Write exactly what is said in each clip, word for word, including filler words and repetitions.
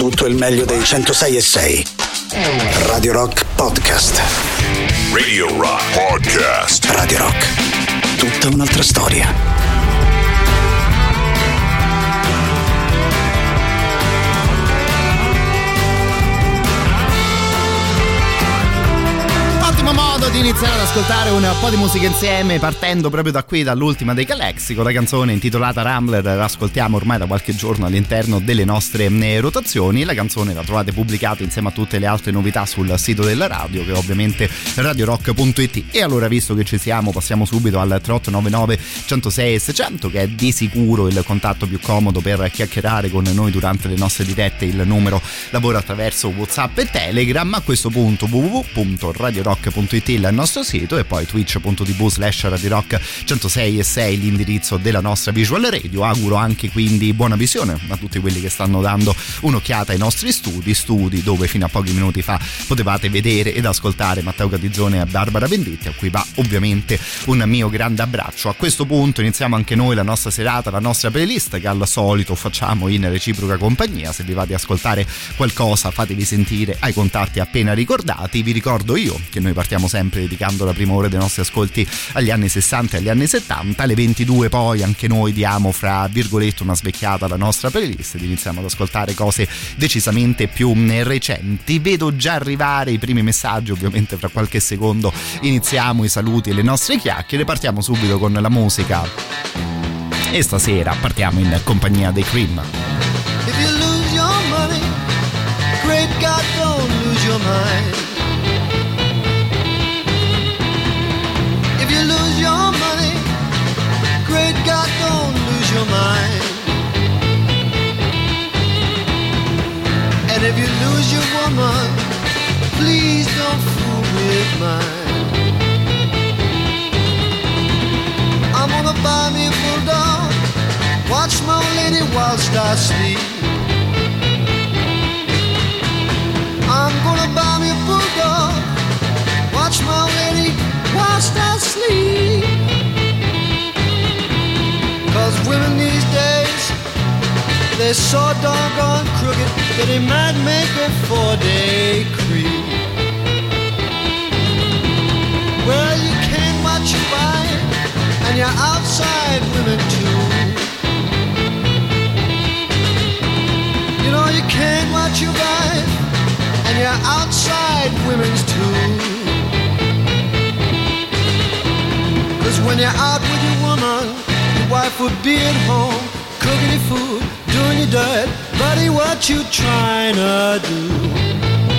tutto il meglio dei centosei e sei. Radio Rock Podcast. Radio Rock Podcast. Radio Rock. Tutta un'altra storia. Modo di iniziare ad ascoltare un po' di musica insieme, partendo proprio da qui, dall'ultima dei Galaxy, con la canzone intitolata Rambler. L'ascoltiamo ormai da qualche giorno all'interno delle nostre rotazioni. La canzone la trovate pubblicata insieme a tutte le altre novità sul sito della radio, che è ovviamente radio rock punto it. E allora, visto che ci siamo, passiamo subito al tre otto nove nove centosei e seicento, che è di sicuro il contatto più comodo per chiacchierare con noi durante le nostre dirette. Il numero lavora attraverso WhatsApp e Telegram. A questo punto w w w punto radio rock punto it il nostro sito, e poi twitch punto tv slash radio rock centosei e sei l'indirizzo della nostra visual radio. Auguro anche quindi buona visione a tutti quelli che stanno dando un'occhiata ai nostri studi studi dove fino a pochi minuti fa potevate vedere ed ascoltare Matteo Catizzone e Barbara Venditti, a cui va ovviamente un mio grande abbraccio. A questo punto iniziamo anche noi la nostra serata, la nostra playlist, che al solito facciamo in reciproca compagnia. Se vi va di ascoltare qualcosa, fatevi sentire ai contatti appena ricordati. Vi ricordo io che noi partiamo sempre dedicando la prima ora dei nostri ascolti agli anni sessanta e agli anni settanta. Alle ventidue poi anche noi diamo fra virgolette una svecchiata alla nostra playlist ed iniziamo ad ascoltare cose decisamente più recenti. Vedo già arrivare i primi messaggi, ovviamente fra qualche secondo iniziamo i saluti e le nostre chiacchiere. Partiamo subito con la musica e stasera partiamo in compagnia dei Cream. If you lose your money, great God, don't lose your mind. If you lose your money, great God, don't lose your mind. And if you lose your woman, please don't fool with mine. I'm gonna buy me a bulldog, watch my lady whilst I sleep. I'm gonna buy me a bulldog, watch my lady whilst I sleep. Cause women these days, they're so doggone crooked that they might make a four-day creep. Well, you can't watch your wife, and you're outside women too. You know you can't watch your wife, and you're outside women's too. Cause when you're out with your woman, your wife would be at home, cooking your food, doing your dirt. Buddy, what you trying to do?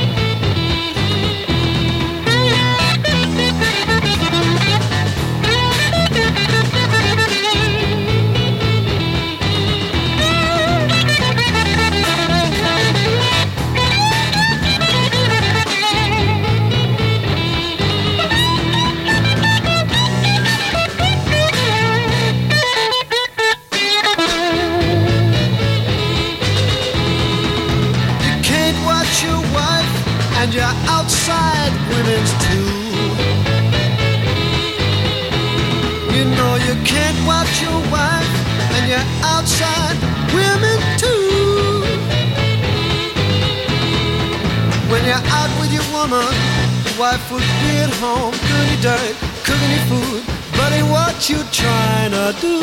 And you're outside women's too. You know you can't watch your wife, and you're outside women too. When you're out with your woman, your wife would be at home doing your dirt, cooking your food. Buddy, what you trying to do?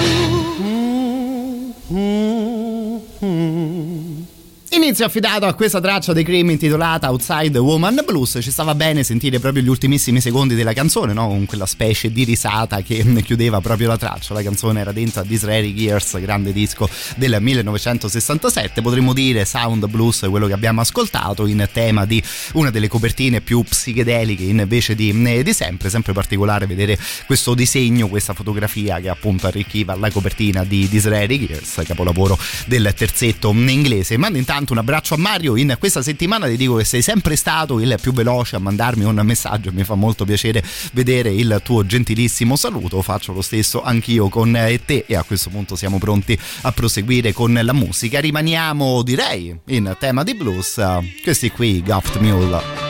Mm-hmm. Mm-hmm. Inizio affidato a questa traccia dei Cream intitolata Outside Woman Blues. Ci stava bene sentire proprio gli ultimissimi secondi della canzone, no? Con quella specie di risata che chiudeva proprio la traccia. La canzone era dentro a Disraeli Gears, grande disco del millenovecentosessantasette. Potremmo dire sound blues, quello che abbiamo ascoltato, in tema di una delle copertine più psichedeliche invece di, di sempre. Sempre particolare vedere questo disegno, questa fotografia che appunto arricchiva la copertina di Disraeli Gears, capolavoro del terzetto inglese. Mando intanto un abbraccio a Mario. In questa settimana ti dico che sei sempre stato il più veloce a mandarmi un messaggio, mi fa molto piacere vedere il tuo gentilissimo saluto. Faccio lo stesso anch'io con te, e a questo punto siamo pronti a proseguire con la musica. Rimaniamo, direi, in tema di blues. Questi qui, Goft Mule.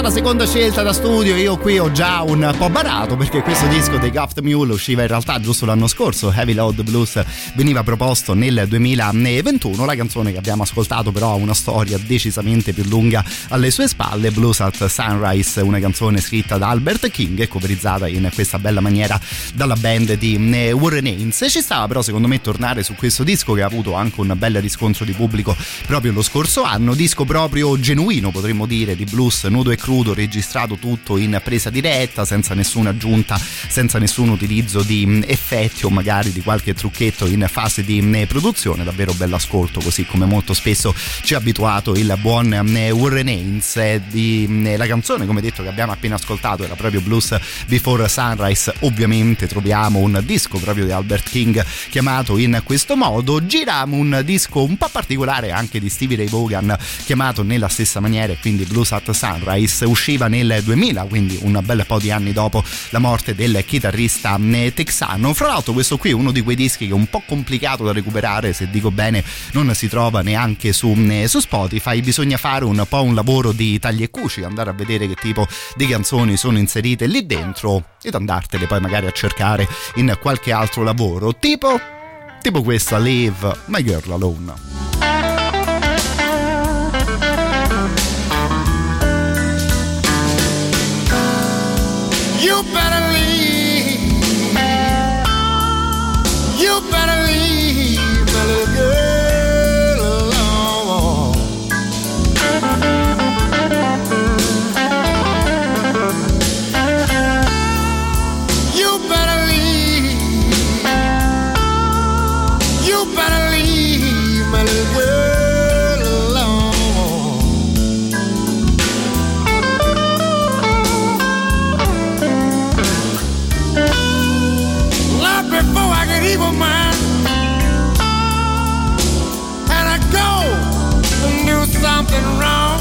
la seconda scelta da studio. Io qui ho già un po' barato, perché questo disco dei Daft Mule usciva in realtà giusto l'anno scorso. Heavy Load Blues veniva proposto nel duemilaventuno. La canzone che abbiamo ascoltato però ha una storia decisamente più lunga alle sue spalle. Blues at Sunrise, una canzone scritta da Albert King e coverizzata in questa bella maniera dalla band di Warren Haynes. Ci stava però secondo me tornare su questo disco, che ha avuto anche un bel riscontro di pubblico proprio lo scorso anno. Disco proprio genuino, potremmo dire, di blues nudo e crudo, registrato tutto in presa diretta, senza nessuna aggiunta, senza nessun utilizzo di effetti o magari di qualche trucchetto in fase di produzione. Davvero bell'ascolto, così come molto spesso ci ha abituato il buon Warren Haynes. Di, la canzone, come detto, che abbiamo appena ascoltato era proprio Blues Before Sunrise. Ovviamente troviamo un disco proprio di Albert King chiamato in questo modo. Giriamo un disco un po' particolare anche di Stevie Ray Vaughan, chiamato nella stessa maniera, e quindi Blues at Sunrise. Usciva nel duemila, quindi un bel po' di anni dopo la morte del chitarrista texano. Fra l'altro questo qui è uno di quei dischi che è un po' complicato da recuperare, se dico bene non si trova neanche su, su Spotify. Bisogna fare un po' un lavoro di tagli e cuci, andare a vedere che tipo di canzoni sono inserite lì dentro ed andartele poi magari a cercare in qualche altro lavoro, tipo tipo questa, Leave My Girl Alone. You better leave. You better leave my little girl alone. You better leave. You better leave my little girl alone. Love before I get evil mind, and I go and do something wrong.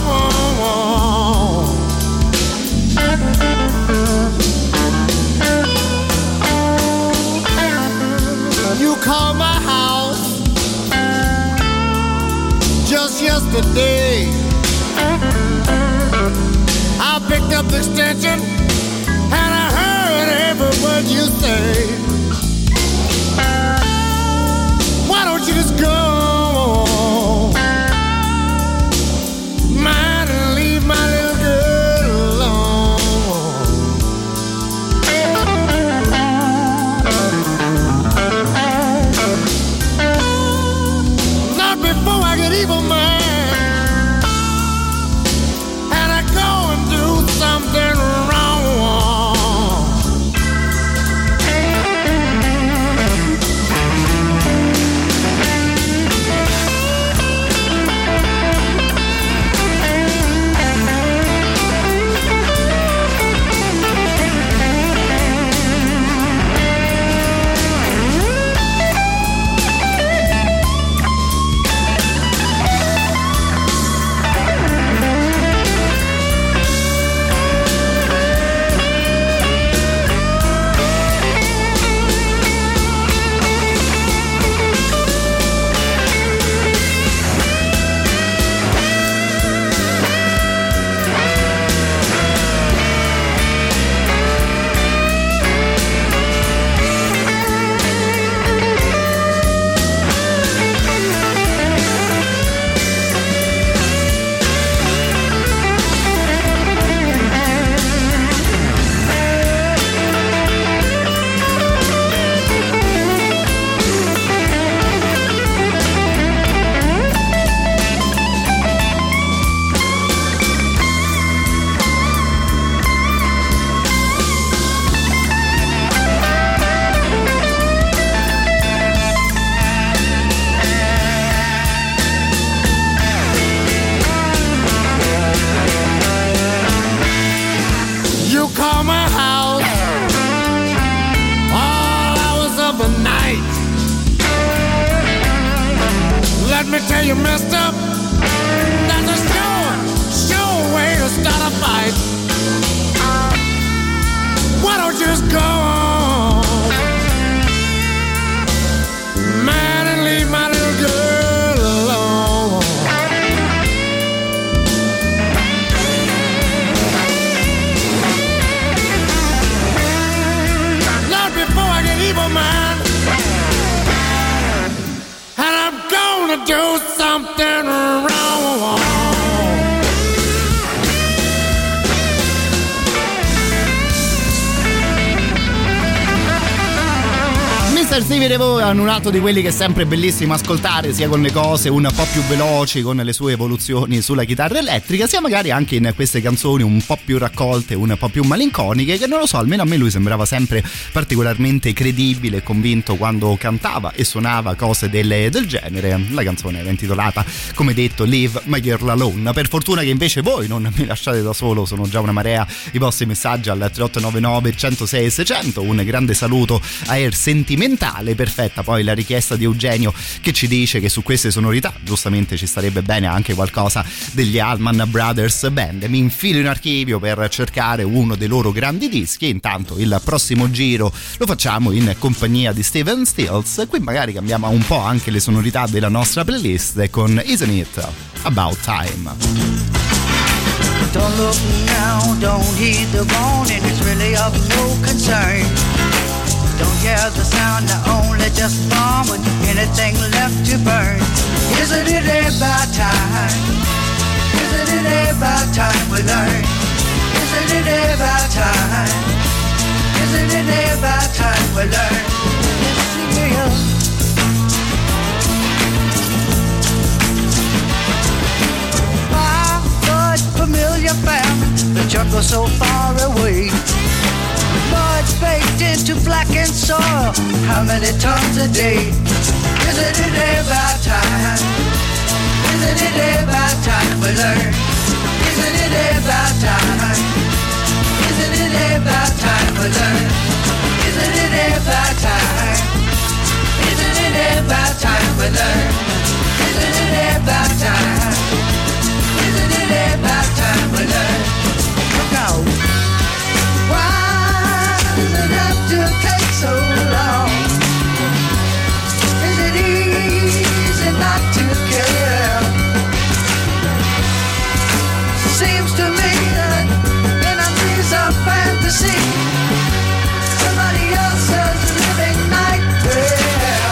You called my house just yesterday. I picked up the extension and I heard every word you say. Why don't you just go, man, and leave my little girl alone? Not before I get evil, man, and I go and do something wrong. Let me tell you, mister, that's a sure, sure way to start a fight. Why don't you just go on, man, and leave my little girl alone? do something wrong. mister Stevie Ray Vaughan, un altro di quelli che è sempre bellissimo ascoltare, sia con le cose un po' più veloci, con le sue evoluzioni sulla chitarra elettrica, sia magari anche in queste canzoni un po' più raccolte, un po' più malinconiche, che non lo so, almeno a me lui sembrava sempre particolarmente credibile e convinto quando cantava e suonava cose del, del genere. La canzone era intitolata, come detto, Leave My Girl Alone. Per fortuna che invece voi non mi lasciate da solo, sono già una marea i vostri messaggi al tre otto nove nove uno zero sei seicento. Un grande saluto a Air Sentimentale. Perfetta poi la richiesta di Eugenio, che ci dice che su queste sonorità giustamente ci starebbe bene anche qualcosa degli Allman Brothers Band. Mi infilo in archivio per cercare uno dei loro grandi dischi e intanto il prossimo giro lo facciamo in compagnia di Stephen Stills. Qui magari cambiamo un po' anche le sonorità della nostra playlist con Isn't It About Time. Don't look now, don't heed the warning, it's really of no concern. Don't hear the sound, they're only just bombing, anything left to burn. Isn't it about time? Isn't it about time we learn? Isn't it about time? Isn't it about time we learn? Yes, it is. My good familiar family, the church was so far away. Mud baked into blackened soil, how many tons a day? Isn't it about time? Isn't it about time we learn? Isn't it about time? Isn't it about time we learn? Isn't it about time? Isn't it about time we learn? Isn't it about time? Isn't it about time we learn? Look out! Why does it have to take so long? Is it easy not to care? Seems to me that enemies of fantasy, somebody else's living nightmare.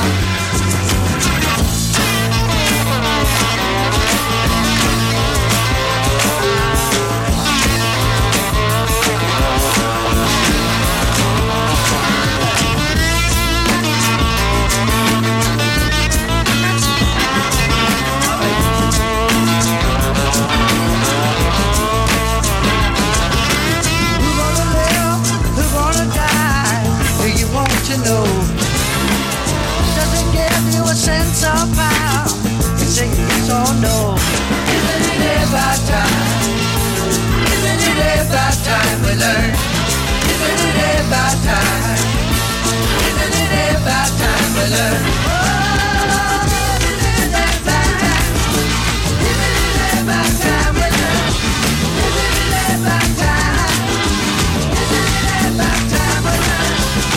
You know, doesn't give you a sense of power. You say yes or no. Isn't it about time? Isn't it about time we learn? Isn't it about time? Isn't it about time we learn? Oh, isn't it about time? Isn't it about time we learn? Isn't it about time? Isn't it about time we learn?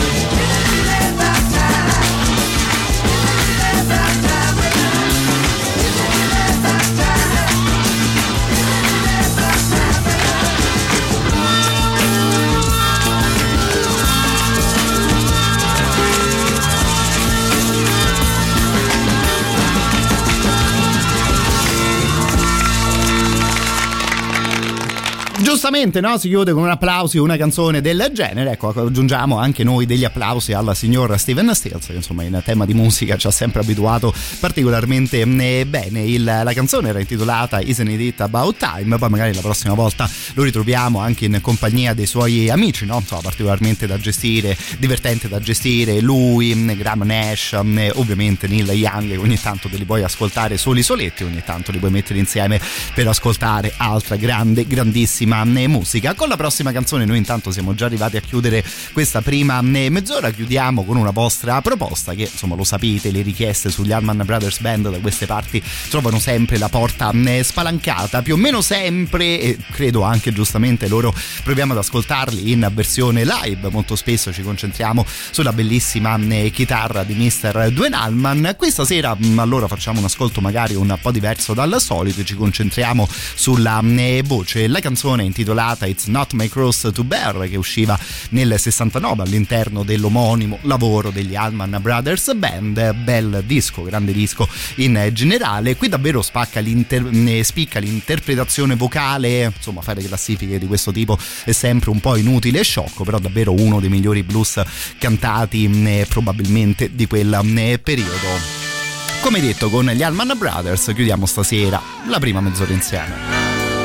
Giustamente, no? Si chiude con un applauso, una canzone del genere. Ecco, aggiungiamo anche noi degli applausi alla signora Stephen Stills, che insomma in tema di musica ci ha sempre abituato particolarmente bene. Il, la canzone era intitolata Isn't It About Time. Poi magari la prossima volta lo ritroviamo anche in compagnia dei suoi amici, no? Insomma, particolarmente da gestire, divertente da gestire lui, Graham Nash, ovviamente Neil Young, che ogni tanto te li puoi ascoltare soli soletti, ogni tanto li puoi mettere insieme per ascoltare altra grande, grandissima musica. Con la prossima canzone noi intanto siamo già arrivati a chiudere questa prima mezz'ora. Chiudiamo con una vostra proposta che, insomma, lo sapete, le richieste sugli Allman Brothers Band da queste parti trovano sempre la porta spalancata, più o meno sempre, e credo anche giustamente loro proviamo ad ascoltarli in versione live. Molto spesso ci concentriamo sulla bellissima chitarra di mister Duane Allman. Questa sera allora facciamo un ascolto magari un po' diverso dal solito, ci concentriamo sulla voce. La canzone canzone intitolata It's Not My Cross to Bear, che usciva nel sessantanove all'interno dell'omonimo lavoro degli Allman Brothers Band. Bel disco, grande disco in generale. Qui davvero spacca l'inter- spicca l'interpretazione vocale, insomma fare classifiche di questo tipo è sempre un po' inutile e sciocco, però davvero uno dei migliori blues cantati eh, probabilmente di quel eh, periodo. Come detto, con gli Allman Brothers chiudiamo stasera la prima mezz'ora insieme.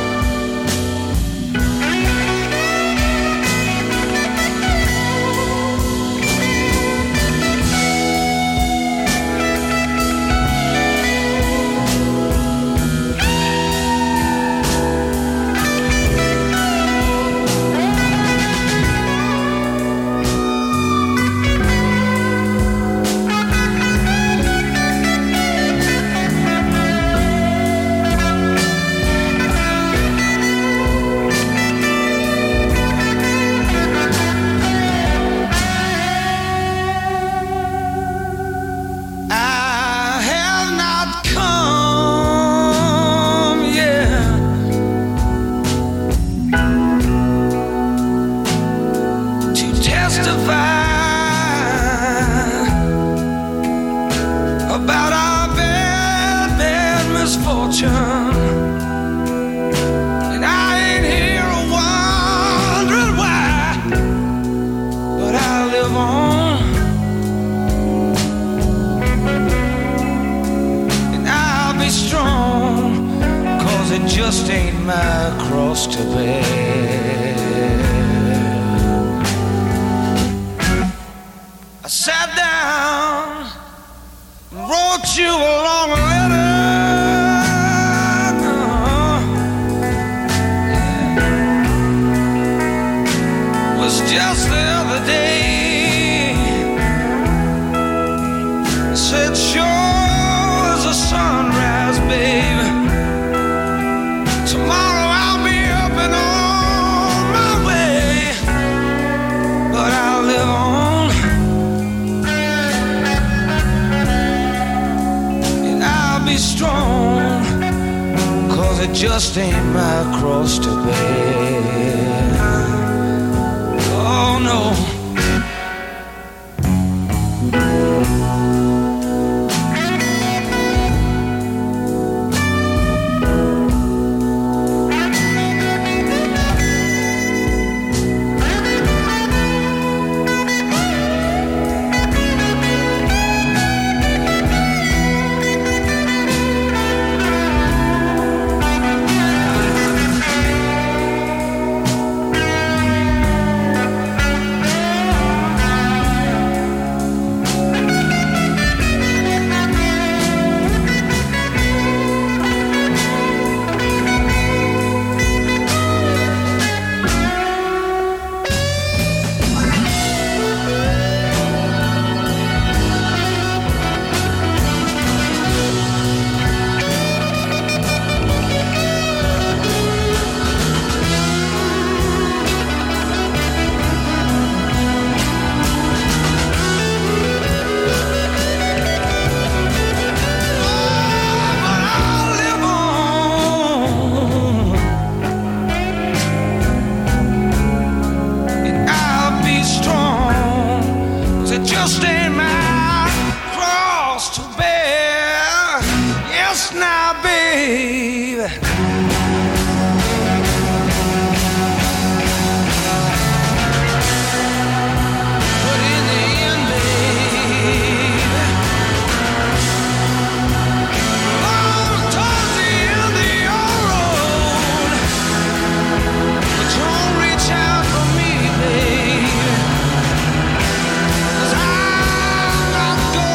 Just ain't my cross to bear. Oh no.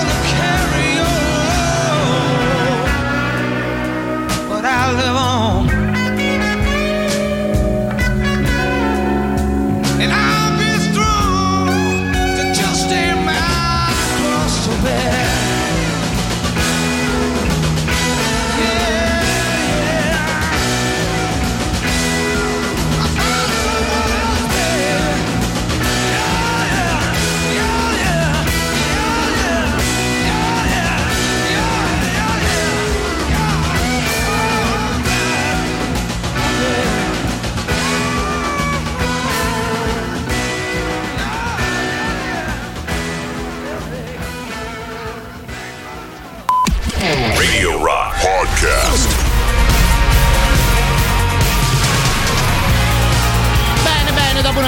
I live on.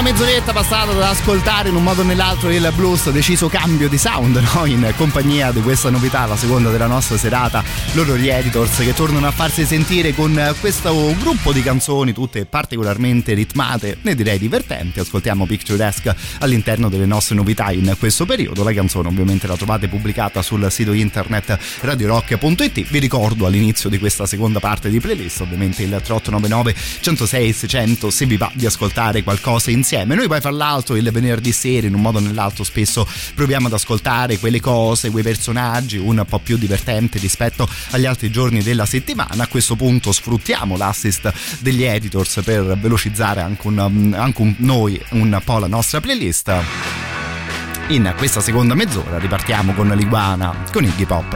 una mezz'oretta passata ad ascoltare in un modo o nell'altro il blues, deciso cambio di sound, no? In compagnia di questa novità, la seconda della nostra serata, loro gli Editors, che tornano a farsi sentire con questo gruppo di canzoni tutte particolarmente ritmate, ne direi divertenti. Ascoltiamo Picturesque all'interno delle nostre novità in questo periodo. La canzone ovviamente la trovate pubblicata sul sito internet radio rock punto it. Vi ricordo all'inizio di questa seconda parte di playlist ovviamente il tre otto nove nove centosei seicento se vi va di ascoltare qualcosa insieme. Noi poi fra l'altro il venerdì sera in un modo o nell'altro spesso proviamo ad ascoltare quelle cose, quei personaggi un po' più divertenti rispetto agli altri giorni della settimana. A questo punto sfruttiamo l'assist degli Editors per velocizzare anche, un, anche un, noi un po' la nostra playlist. In questa seconda mezz'ora ripartiamo con l'Iguana, con Iggy Pop.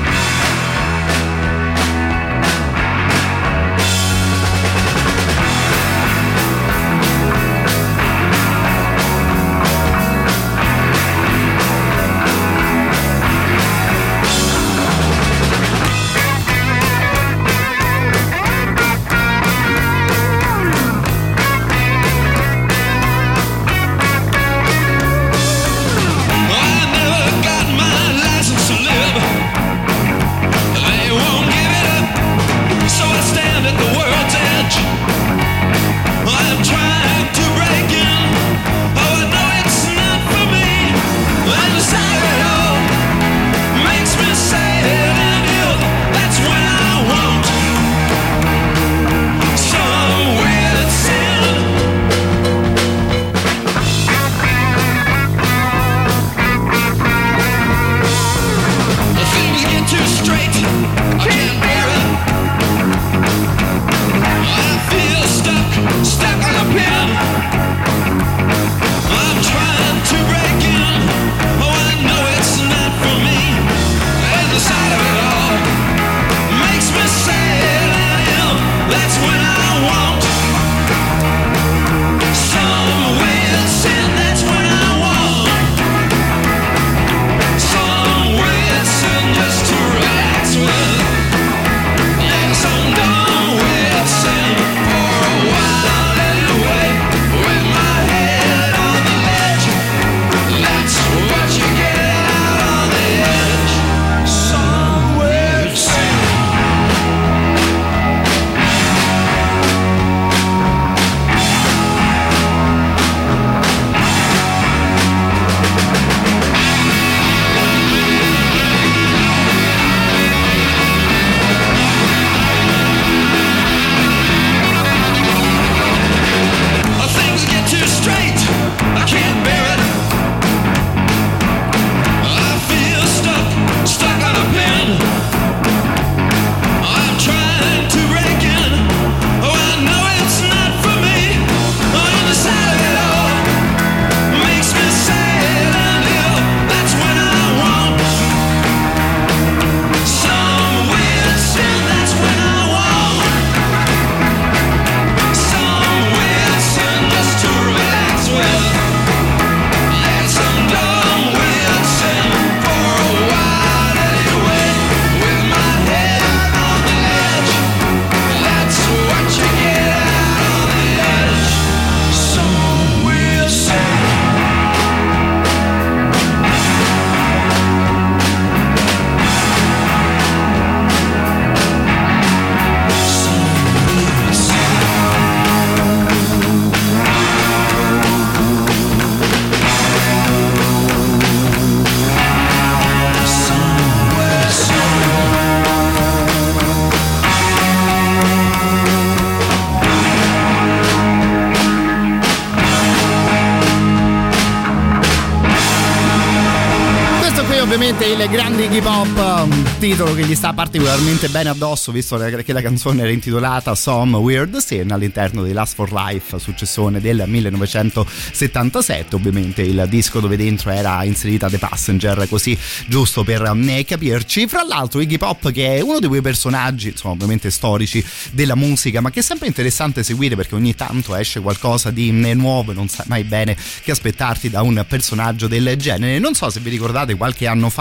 ovviamente il grande Iggy Pop, un titolo che gli sta particolarmente bene addosso, visto che la canzone era intitolata Some Weird Sin, all'interno di Last for Life, successone del millenovecentosettantasette, ovviamente il disco dove dentro era inserita The Passenger, così giusto per ne capirci. Fra l'altro Iggy Pop, che è uno di quei personaggi, insomma, ovviamente storici della musica, ma che è sempre interessante seguire perché ogni tanto esce qualcosa di nuovo e non sai mai bene che aspettarti da un personaggio del genere. Non so se vi ricordate, qualche anno fa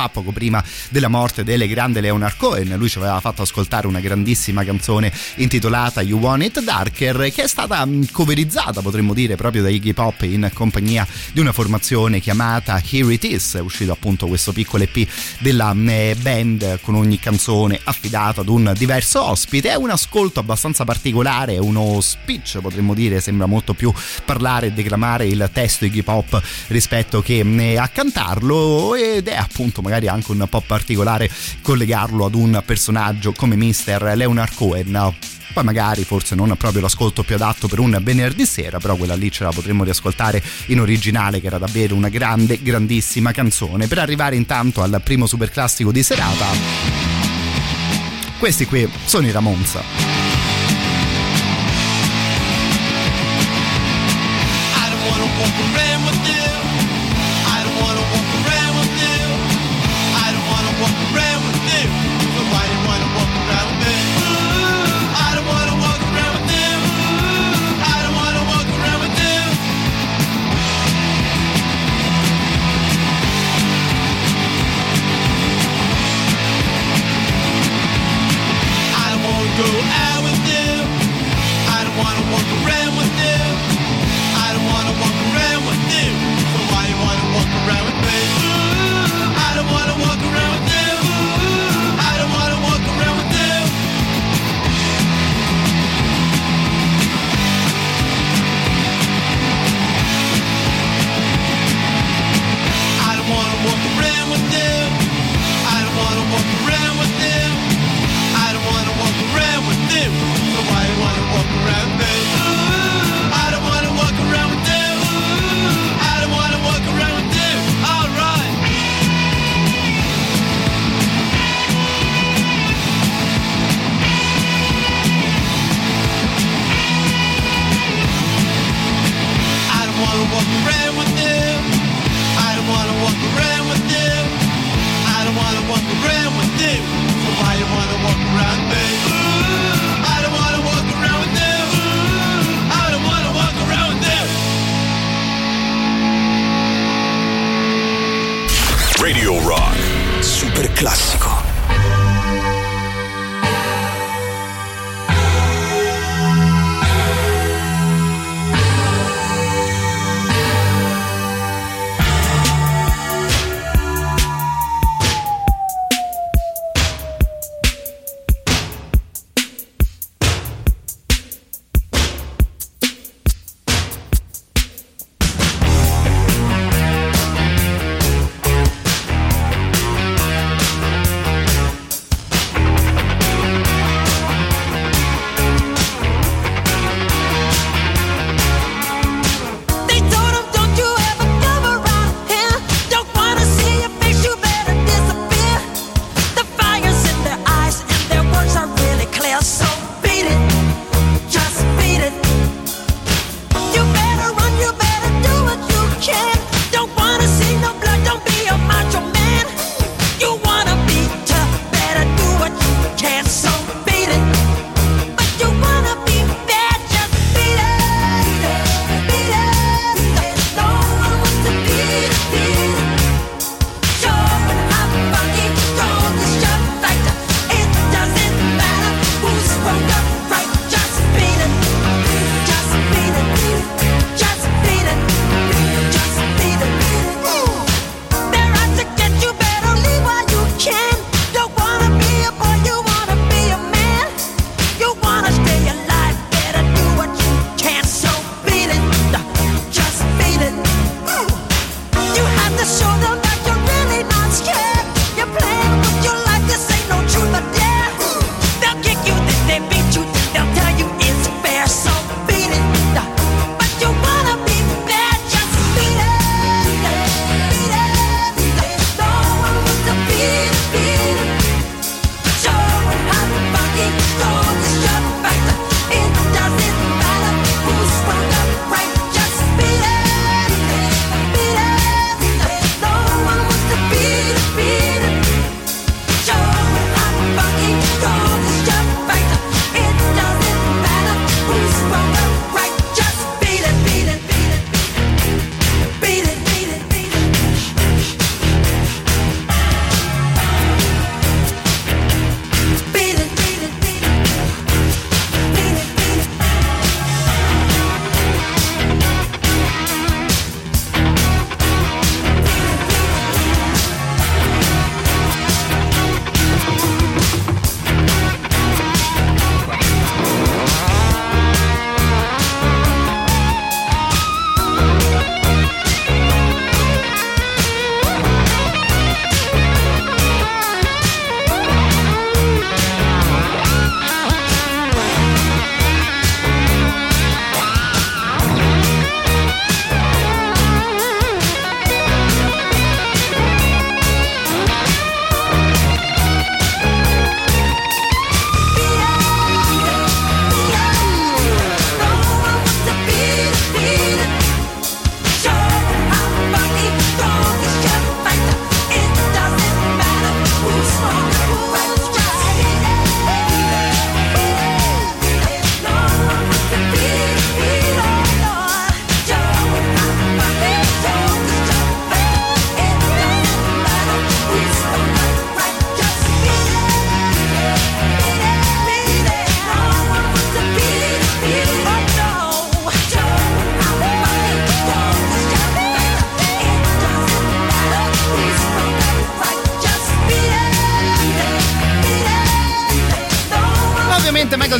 poco prima della morte del grande Leonard Cohen. Lui ci aveva fatto ascoltare una grandissima canzone intitolata You Want It Darker, che è stata coverizzata, potremmo dire, proprio da Iggy Pop in compagnia di una formazione chiamata Here It Is. È uscito appunto questo piccolo E P della band con ogni canzone affidata ad un diverso ospite. È un ascolto abbastanza particolare, è uno speech, potremmo dire, sembra molto più parlare e declamare il testo Iggy Pop rispetto che a cantarlo, ed è appunto magari anche un po' particolare collegarlo ad un personaggio come mister Leonard Cohen. Poi magari forse non proprio l'ascolto più adatto per un venerdì sera, però quella lì ce la potremmo riascoltare in originale, che era davvero una grande, grandissima canzone. Per arrivare intanto al primo super classico di serata, questi qui sono i Ramones. Go out with them. I don't wanna walk around with them. I don't wanna walk around with them. So why you wanna walk around with me? I don't wanna walk around with them. I don't wanna walk around with them. I don't wanna walk around with them. I don't wanna walk around with them. I don't wanna walk around with them. So why you wanna walk around me? I don't wanna walk around with them. I don't wanna walk around with them. All right. I don't wanna walk around with them. I don't wanna walk around with them. I don't wanna walk around with them. So why you wanna walk around me? I don't wanna walk around with them. I don't wanna walk around with them. Radio Rock. Super classico.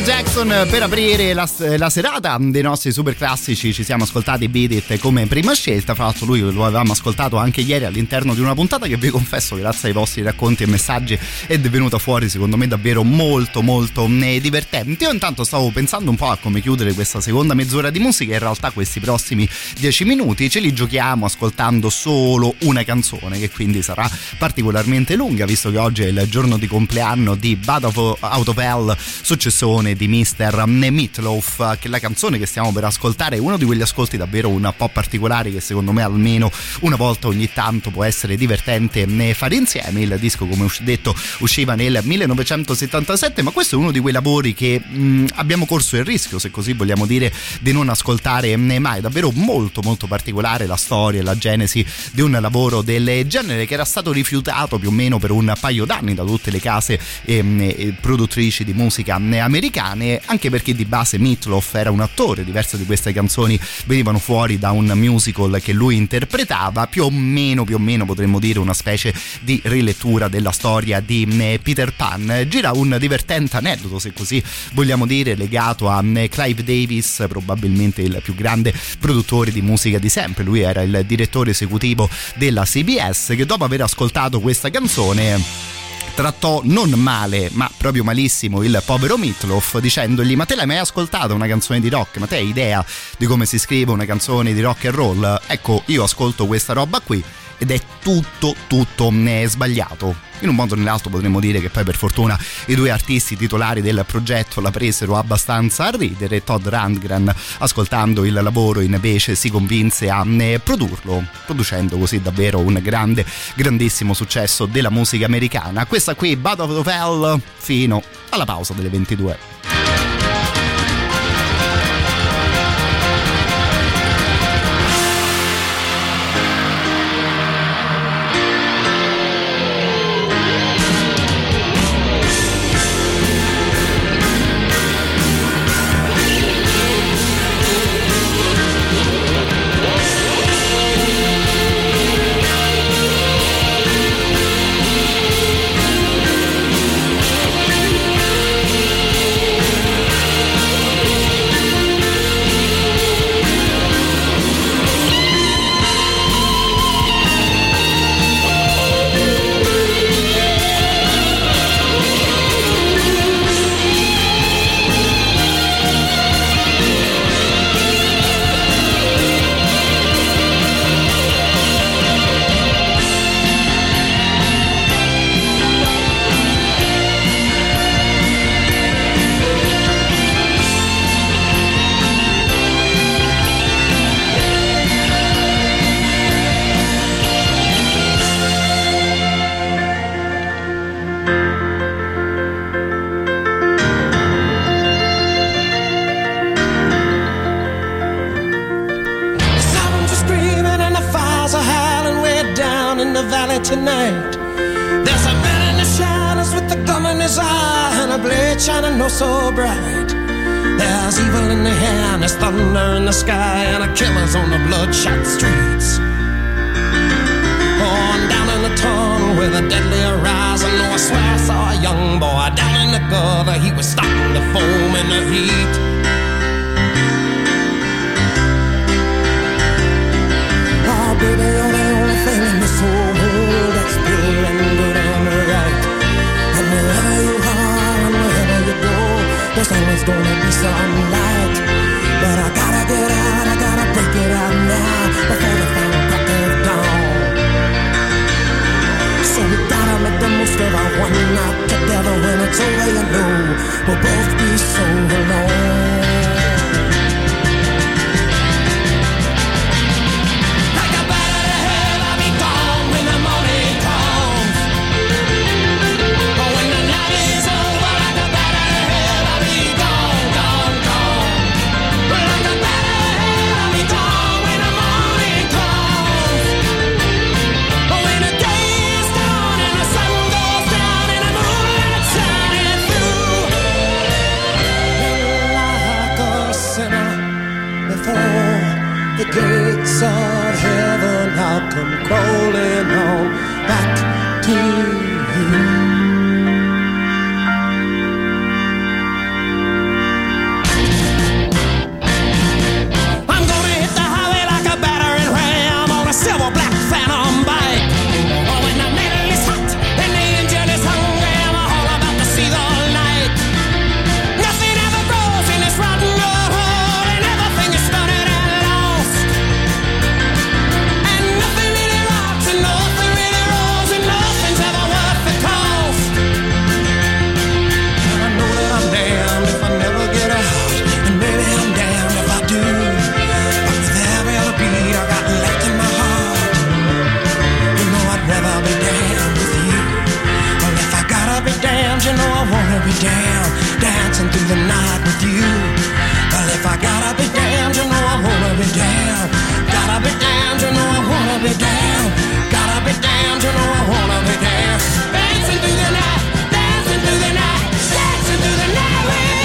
Michael Jackson per aprire la, la serata dei nostri super classici. Ci siamo ascoltati Beat It come prima scelta. Fra l'altro lui lo avevamo ascoltato anche ieri all'interno di una puntata che vi confesso grazie ai vostri racconti e messaggi è venuta fuori secondo me davvero molto molto divertente. Io intanto stavo pensando un po' a come chiudere questa seconda mezz'ora di musica. In realtà questi prossimi dieci minuti ce li giochiamo ascoltando solo una canzone, che quindi sarà particolarmente lunga visto che oggi è il giorno di compleanno di Bad Out of Hell, successone di mister Meatloaf, che la canzone che stiamo per ascoltare è uno di quegli ascolti davvero un po' particolari che secondo me almeno una volta ogni tanto può essere divertente fare insieme. Il disco, come ho detto, usciva nel millenovecentosettantasette, ma questo è uno di quei lavori che mh, abbiamo corso il rischio, se così vogliamo dire, di non ascoltare mai. Davvero molto molto particolare la storia e la genesi di un lavoro del genere, che era stato rifiutato più o meno per un paio d'anni da tutte le case e produttrici di musica americane, anche perché di base Meatloaf era un attore. Diverse di queste canzoni venivano fuori da un musical che lui interpretava, più o meno più o meno potremmo dire una specie di rilettura della storia di Peter Pan. Gira un divertente aneddoto, se così vogliamo dire, legato a Clive Davis, probabilmente il più grande produttore di musica di sempre. Lui era il direttore esecutivo della C B S, che dopo aver ascoltato questa canzone trattò non male ma proprio malissimo il povero Meatloaf, dicendogli: ma te l'hai mai ascoltata una canzone di rock? Ma te hai idea di come si scrive una canzone di rock and roll? Ecco, io ascolto questa roba qui ed è tutto tutto sbagliato. In un modo o nell'altro potremmo dire che poi per fortuna i due artisti titolari del progetto la presero abbastanza a ridere. Todd Rundgren, ascoltando il lavoro, invece si convinse a produrlo, producendo così davvero un grande, grandissimo successo della musica americana. Questa qui, Bad Out of Hell, fino alla pausa delle ventidue. Tonight, there's a man in the shadows with the gun in his eye and a blade shining oh so bright. There's evil in the air and there's thunder in the sky and a killer's on the bloodshot streets. Oh, and down in the tunnel with a deadly horizon, oh, I swear I saw a young boy down in the gutter. He was starting to foam in the heat. Oh, baby, you're the only thing in this whole world that's pure and good and right. And wherever you are and wherever you go, there's always gonna be some light. But I gotta get out, I gotta break it out now before the final crack of dawn. So we gotta make the most of our one night together. When it's over, you know we'll both be so alone. The gates of heaven, I'll come crawling on back to you. with you. Well, if I gotta be damned, you know I wanna be damned. Gotta be damned, you know I wanna be damned. Gotta be damned, you know I wanna be damned. Dancing through the night, dancing through the night, dancing through the night with you.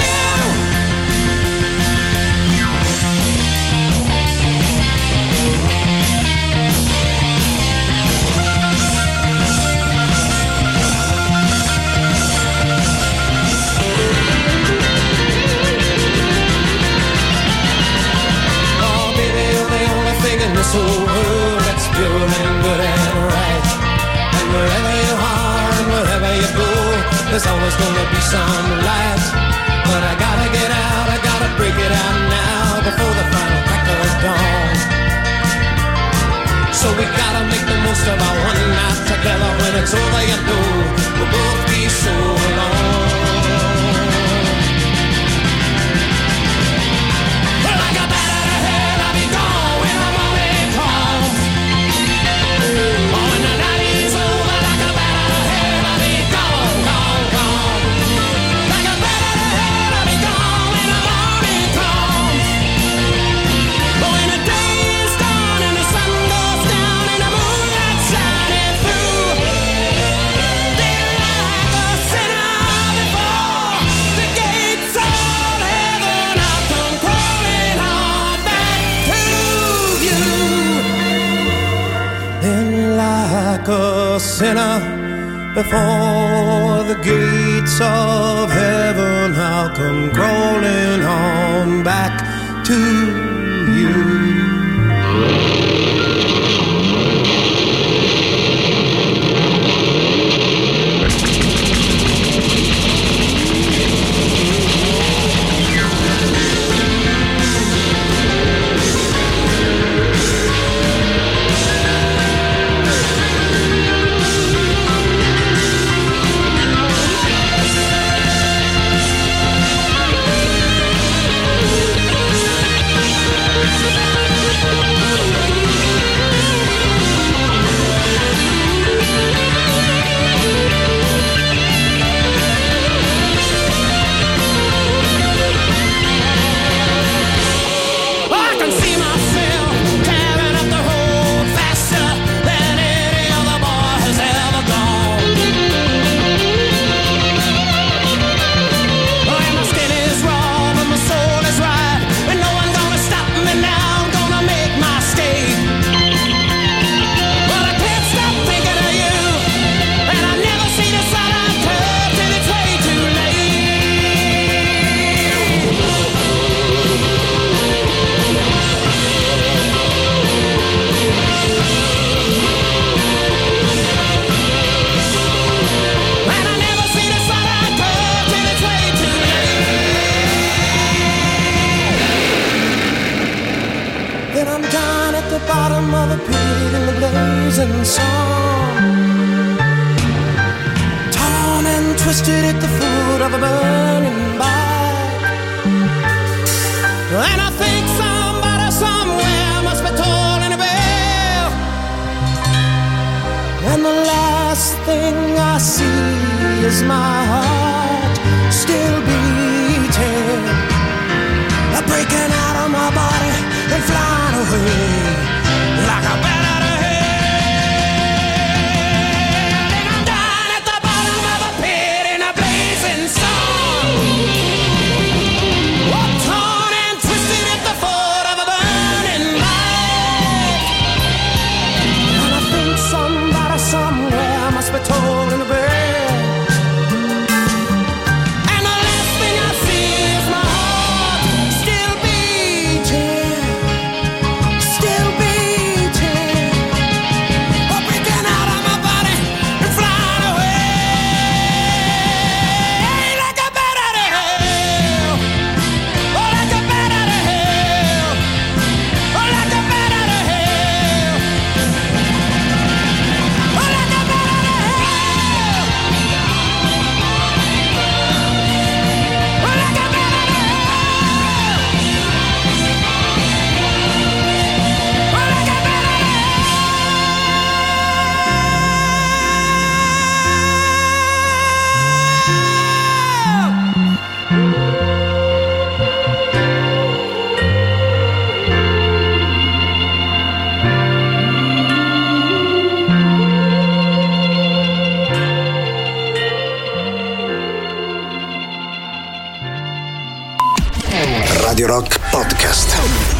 In this whole world that's pure and good and right. And wherever you are and wherever you go, there's always gonna be some light. But I gotta get out, I gotta break it out now before the final crack of dawn. So we gotta make the most of our one night together. When it's over, you know we'll both be so alone. Well, I got that out of hell, I'll be gone when I'm a sinner before the gates of heaven. I'll come crawling on back to you. Radio Rock Podcast.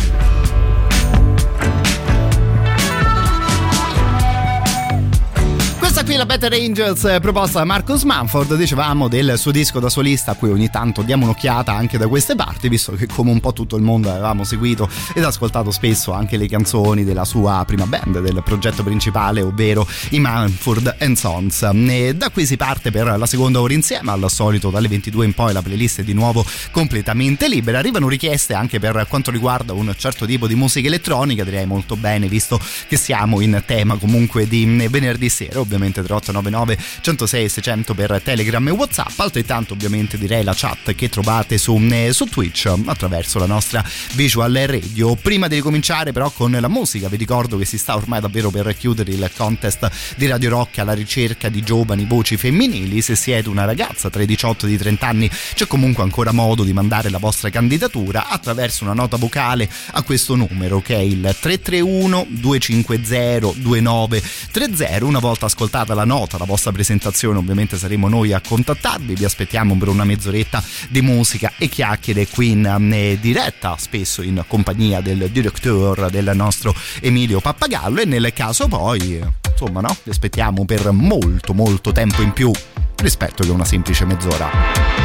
Questa qui la Better Angels, eh, proposta da Marcus Mumford, dicevamo del suo disco da solista a cui ogni tanto diamo un'occhiata anche da queste parti, visto che come un po' tutto il mondo avevamo seguito ed ascoltato spesso anche le canzoni della sua prima band, del progetto principale, ovvero i Mumford and Sons. E da qui si parte per la seconda ora insieme, al solito dalle ventidue in poi la playlist è di nuovo completamente libera. Arrivano richieste anche per quanto riguarda un certo tipo di musica elettronica, direi molto bene visto che siamo in tema comunque di venerdì sera, ovviamente tre otto nove nove centosei seicento per Telegram e WhatsApp. Altrettanto ovviamente direi la chat che trovate su, su Twitch attraverso la nostra Visual Radio. Prima di ricominciare però con la musica, vi ricordo che si sta ormai davvero per chiudere il contest di Radio Rock alla ricerca di giovani voci femminili. Se siete una ragazza tra i diciotto e i trenta anni c'è comunque ancora modo di mandare la vostra candidatura attraverso una nota vocale a questo numero che è il tre tre uno due cinque zero due nove tre zero. Una volta ascoltata la nota, la vostra presentazione, ovviamente saremo noi a contattarvi. Vi aspettiamo per una mezz'oretta di musica e chiacchiere qui in eh, diretta, spesso in compagnia del direttore, del nostro Emilio Pappagallo, e nel caso poi insomma no, vi aspettiamo per molto molto tempo in più rispetto che una semplice mezz'ora.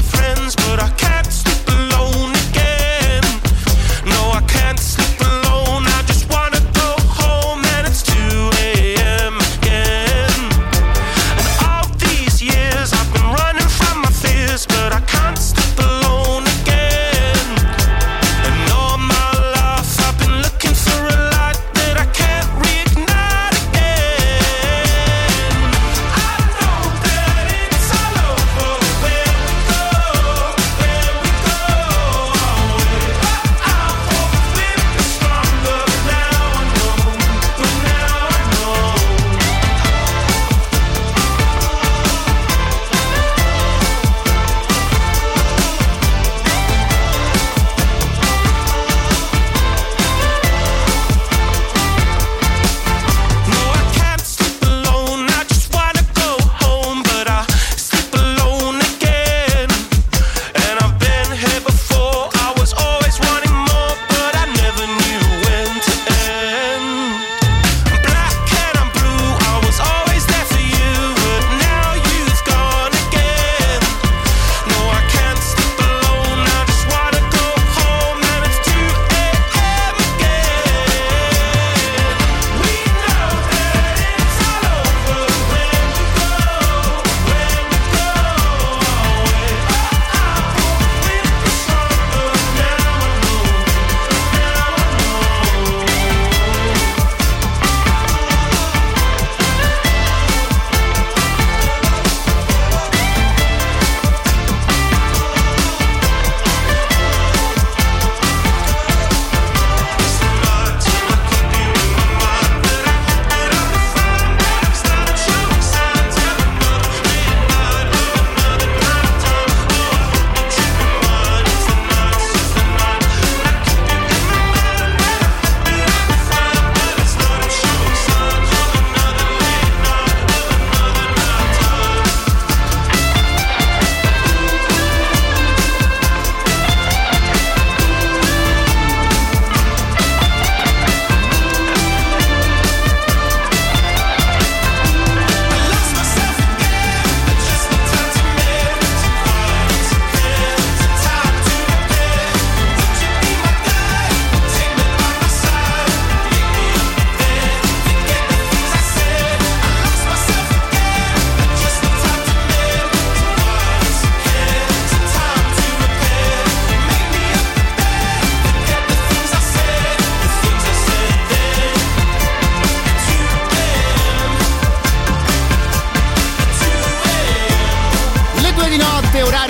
But I can't sleep alone again. No, I can't sleep alone.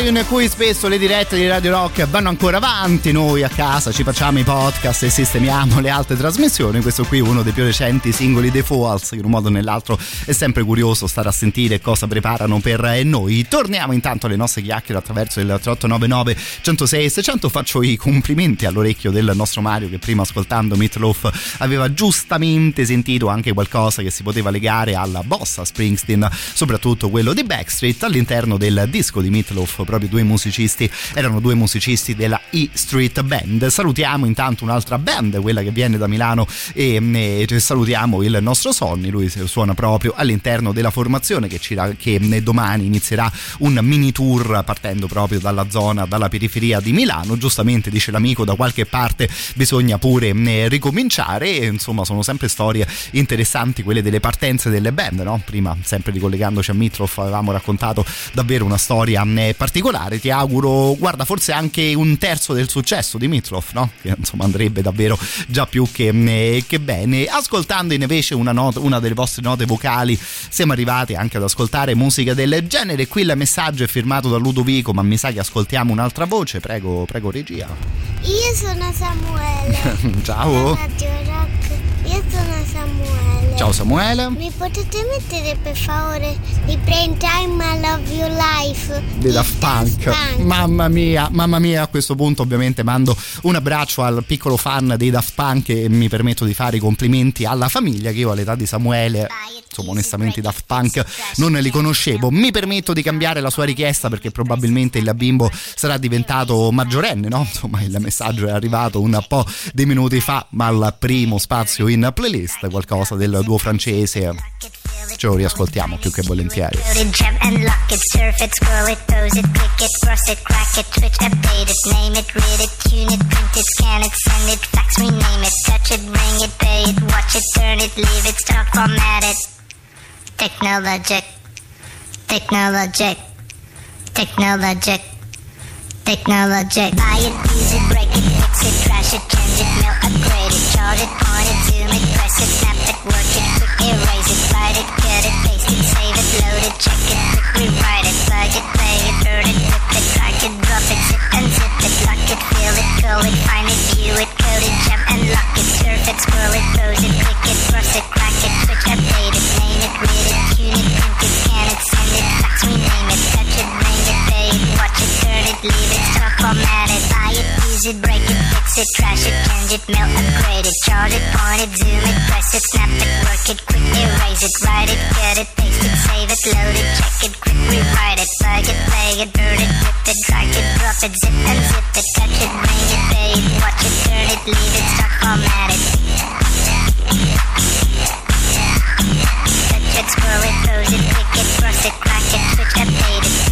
in cui spesso le dirette di Radio Rock vanno ancora avanti, noi a casa ci facciamo i podcast e sistemiamo le altre trasmissioni. Questo qui è uno dei più recenti singoli dei Falls, in un modo o nell'altro è sempre curioso stare a sentire cosa preparano per noi. Torniamo intanto alle nostre chiacchiere attraverso il tre otto nove nove, centosei e seicento. Faccio i complimenti all'orecchio del nostro Mario, che prima ascoltando Meatloaf aveva giustamente sentito anche qualcosa che si poteva legare alla bossa Springsteen, soprattutto quello di Backstreet. All'interno del disco di Meatloaf proprio due musicisti erano due musicisti della E Street Band. Salutiamo intanto un'altra band, quella che viene da Milano, e, e salutiamo il nostro Sonny. Lui suona proprio all'interno della formazione che, ci, che domani inizierà un mini tour partendo proprio dalla zona, dalla periferia di Milano. Giustamente dice l'amico, da qualche parte bisogna pure ricominciare, e insomma sono sempre storie interessanti quelle delle partenze delle band, no? Prima, sempre ricollegandoci a Meatloaf, avevamo raccontato davvero una storia particolare. Ti auguro, guarda, forse anche un terzo del successo di Meatloaf, no? Che insomma andrebbe davvero già più che, che bene. Ascoltando invece una, nota, una delle vostre note vocali siamo arrivati anche ad ascoltare musica del genere. Qui il messaggio è firmato da Ludovico, ma mi sa che ascoltiamo un'altra voce. Prego, prego regia. Io sono Samuele. Ciao. Radio Rock. Io sono Samuele. Ciao Samuele. Mi potete mettere per favore i Brain Time I Love Your Life di Daft Punk. Mamma mia, mamma mia, a questo punto ovviamente mando un abbraccio al piccolo fan dei Daft Punk e mi permetto di fare i complimenti alla famiglia, che io all'età di Samuele, insomma onestamente i Daft Punk non li conoscevo. Mi permetto di cambiare la sua richiesta perché probabilmente il bimbo sarà diventato maggiorenne, no? Insomma il messaggio è arrivato un po' di minuti fa, ma al primo spazio in playlist qualcosa del duo francese ce lo riascoltiamo più che volentieri. Technologic, technologic, technologic, technologic. Buy it, use it, break it, fix it, trash it, change it, mail, upgrade it, charge it, point it, zoom it, press it, snap it, work it, quick erase it, write it, cut it, paste it, save it, load it, check it, quick rewrite it, plug it, play it, burn it, rip it, drag it, drop it, zip and zip it, lock it, fill it, call it, find it, view it, code it, jump and lock it, surf it, scroll it, pose it, click it, cross it, crack it, switch, update it, name it, read it, tune it, print it, scan it, send it, fax, rename it, touch it, bring it, pay it, watch it, turn it, leave it, stock, format it, buy it, use it, break it, fix it, trash it, change it, mail, upgrade it, charge it, point it, zoom it, press it, snap it, work it, quick erase it, write it, cut it, paste it, save it, load it, check it, quick rewrite it, plug it, play it, burn it, rip it, drag it, drop it, zip and zip it, touch it, bring it, pay it, watch it, turn it, leave it, stock, format it. Touch it, scroll it, pose it, click it, cross it, crack it, switch, update it.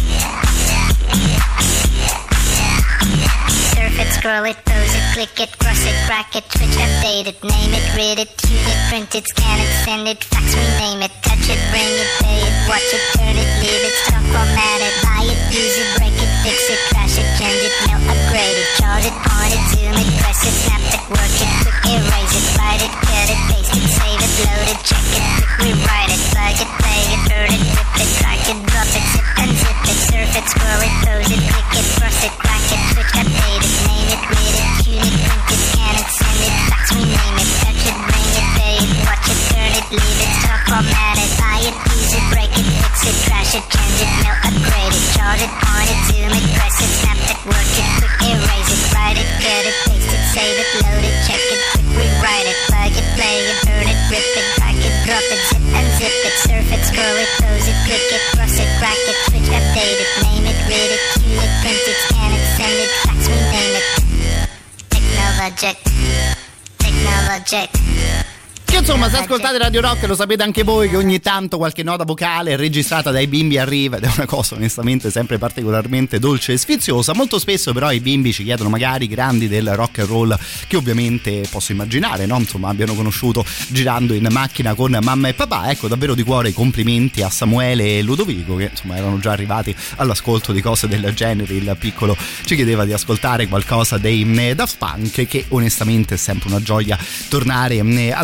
Surf it, scroll it, pose it, click it, cross it, crack it, switch, update it, name it, read it, tune it, print it, scan it, send it, fax, rename it, touch it, bring it, pay it, watch it, turn it, leave it, stock, format it, buy it, use it, break it, fix it, trash it, change it, mail, upgrade it, charge it, point it, zoom it, press it, snap it, work it, quick erase it, write it, cut it, paste it, save it, load it, check it, quick rewrite it, plug it, play it, burn it, rip it, drag it, drop it, zip and zip it, surf it, scroll it, pose it, click it, cross it, crack it, switch, update it, name it, read it, tune it, print it, scan it, send it, fax, rename it, touch it, bring it, pay it, watch it, turn it, leave it, stock, format it, buy it, use it, break it, fix it, trash it, change it, mail, upgrade it, charge it, point it, zoom it, press it, snap it, work it, quick erase it, write it, cut it, paste it, save it, load it, check it, quick rewrite it, plug it, play it, burn it, rip it, drag it, drop it, zip and zip it, surf it, scroll it, pose it, click it, cross it, crack it, switch, update it, name it, read it, tune it, print it, scan it, send it, fax, rename it. Technologic, technologic. Che insomma, se ascoltate Radio Rock lo sapete anche voi che ogni tanto qualche nota vocale registrata dai bimbi arriva, ed è una cosa onestamente sempre particolarmente dolce e sfiziosa. Molto spesso però i bimbi ci chiedono magari grandi del rock and roll che ovviamente posso immaginare, no? Insomma, abbiano conosciuto girando in macchina con mamma e papà. Ecco, davvero di cuore i complimenti a Samuele e Ludovico, che insomma erano già arrivati all'ascolto di cose del genere. Il piccolo ci chiedeva di ascoltare qualcosa dei Daft Punk, che onestamente è sempre una gioia tornare ad ascoltare.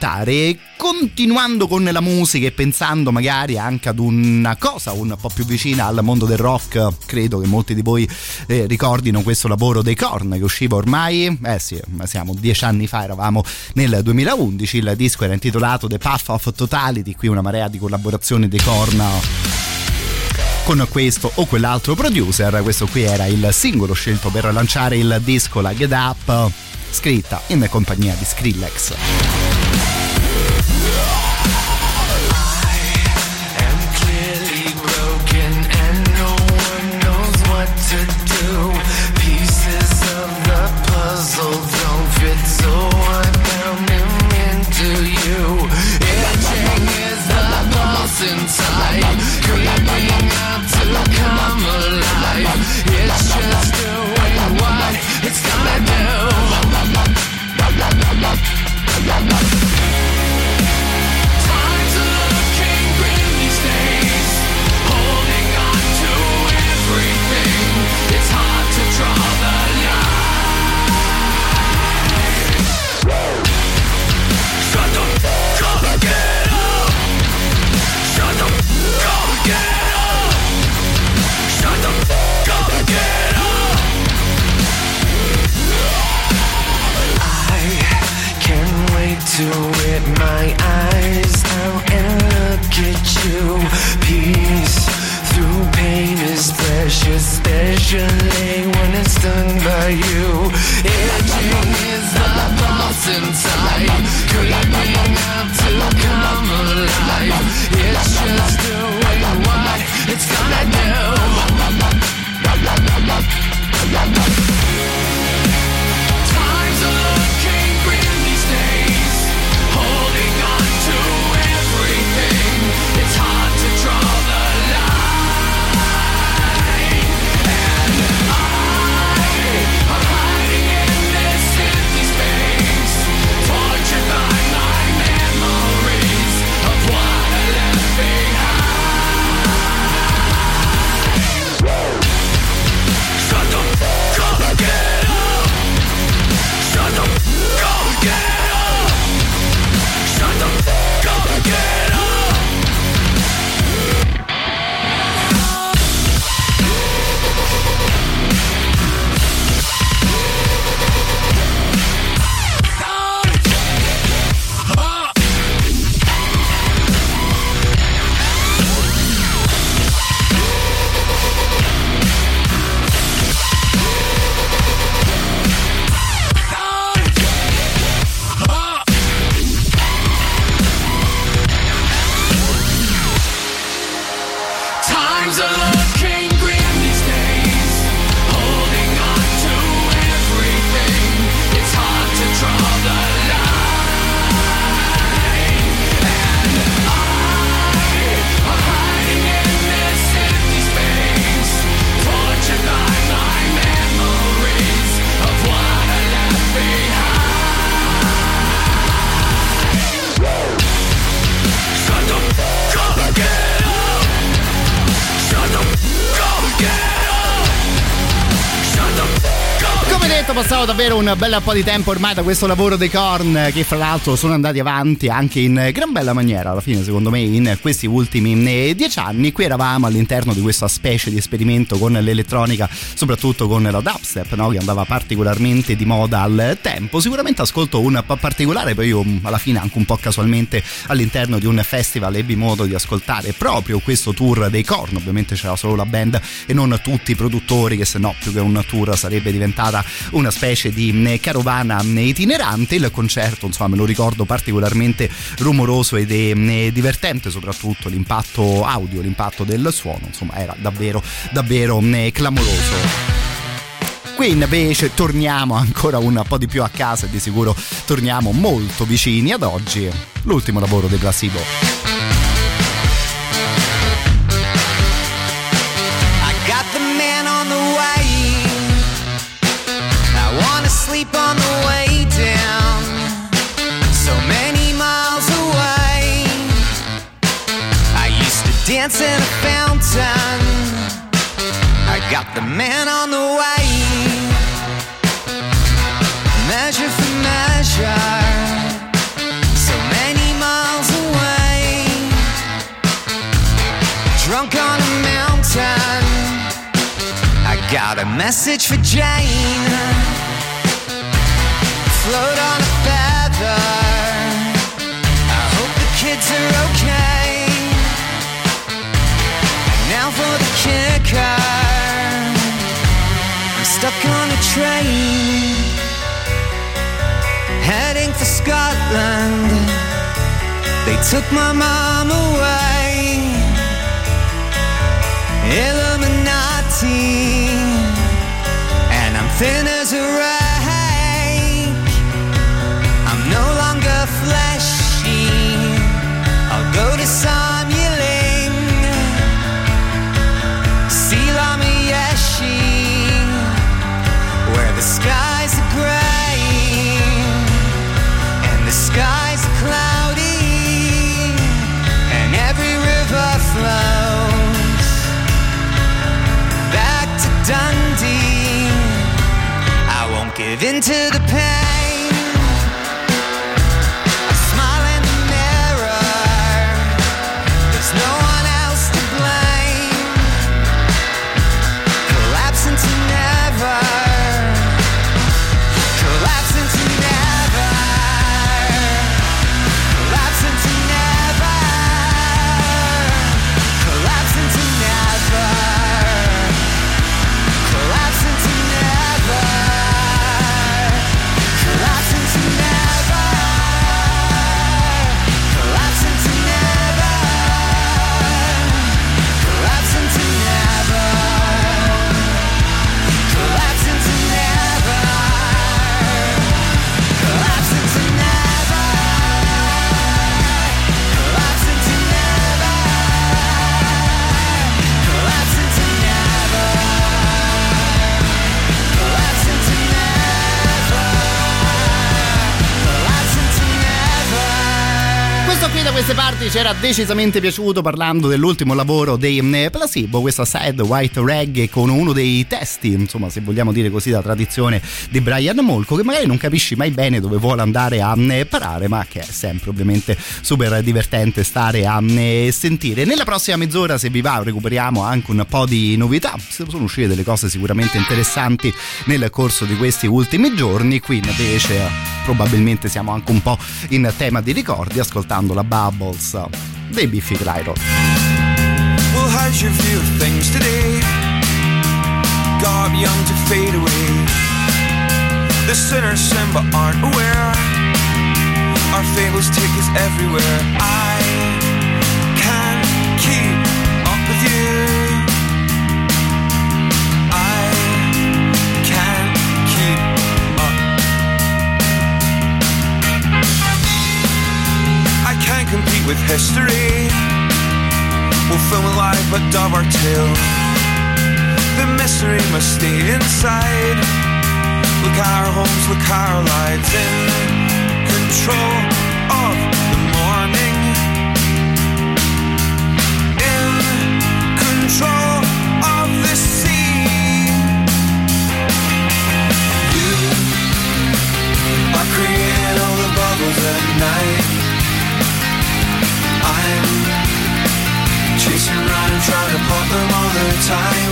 ascoltare. Continuando con la musica e pensando magari anche ad una cosa un po' più vicina al mondo del rock, credo che molti di voi eh, ricordino questo lavoro dei Korn che usciva ormai, eh sì, siamo dieci anni fa, eravamo nel duemilaundici, il disco era intitolato The Path of Totality, qui una marea di collaborazioni dei Korn con questo o quell'altro producer. Questo qui era il singolo scelto per lanciare il disco, la Get Up, scritta in compagnia di Skrillex. Inside, creeping out to come alive. It's just doing what it's gonna do. Times are looking grim these days, holding on to everything. It's hard to draw the line. Shut the fuck up, get up. Shut the fuck up, get up. Shut the fuck up, get up. I can't wait to rip my eyes out and look at you. Peace through pain is precious, especially when it's done by you. Itching is the pulse inside, creeping up to come alive. It's just doing what it's gonna do. Times are looking grim these days, holding on to everything. It's hard to draw the line. And I am hiding in this empty space, tortured by my memories of what I left behind. Shut the fuck up, get up. Shut the fuck up, get up. Shut the fuck up, get up. Times are looking grim these days, holding on to everything. It's hard to draw the line. And I am hiding in this empty space, tortured by my memories of what I left behind. Shut the fuck up, get up. Shut the fuck up, get up. Shut the fuck up. Come detto, passavo davvero un bel po' di tempo ormai da questo lavoro dei Korn, che fra l'altro sono andati avanti anche in gran bella maniera alla fine, secondo me, in questi ultimi dieci anni. Qui eravamo all'interno di questa specie di esperimento con l'elettronica, soprattutto con la dubstep, no? Che andava particolarmente di moda al tempo. Sicuramente ascolto un po' particolare, poi io alla fine anche un po' casualmente all'interno di un festival ebbi modo di ascoltare proprio questo tour dei Korn. Ovviamente c'era solo la band e non tutti i produttori, che se no più che un tour sarebbe diventata una specie di carovana itinerante. Il concerto, insomma, me lo ricordo particolarmente rumoroso ed è divertente, soprattutto l'impatto audio, l'impatto del suono, insomma, era davvero davvero clamoroso. Qui invece torniamo ancora un po' di più a casa e di sicuro torniamo molto vicini ad oggi, l'ultimo lavoro dei Placebo. Sleep on the way down, so many miles away. I used to dance in a fountain. I got the man on the way. Measure for measure, so many Got a message for Jane. Float on a feather. I hope the kids are okay. Now for the kicker. I'm stuck on a train, heading for Scotland. They took my mom away. Illuminati, and I'm thin as a rake. I'm no longer fleshy. I'll go to Samueling, Silamiyeshi, where the skies are gray and the skies are cloudy, and every river flows back to Dundee. I won't give in to the pain. I smile in the mirror. There's no one else to blame. Collapse into never. Collapse into never. Collapse into never. Collapse into never. Collapse into never. Collapse into never. Collapse into never. Collapse into never. Collapse into never. Collapse into never. Collapse into never. Collapse into never. Collapse into never. Collapse into never. Questo qui da queste parti ci era decisamente piaciuto, parlando dell'ultimo lavoro dei eh, Placebo, questa Sad White Reggae con uno dei testi, insomma, se vogliamo dire così, da tradizione di Brian Molko, che magari non capisci mai bene dove vuole andare a eh, parare, ma che è sempre ovviamente super divertente stare a eh, sentire. Nella prossima mezz'ora, se vi va, recuperiamo anche un po' di novità. Sono uscite delle cose sicuramente interessanti nel corso di questi ultimi giorni. Qui invece probabilmente siamo anche un po' in tema di ricordi, ascoltando la Bubbles dei Biffy Clyro. Well, how's your view of things today? God young to fade away. The sinners sin but aren't aware. Our fables take us everywhere. I can't keep up with you. I can't keep up. I can't compete with history. We'll film it live but dub our tale. The mystery must stay inside. Look at our homes, look at our lives. In control of the morning. In control of the sea. You are creating all the bubbles at night. I'm chasing around and trying to pop them all the time.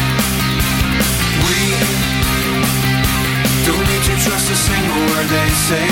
We don't need to trust a single word they say.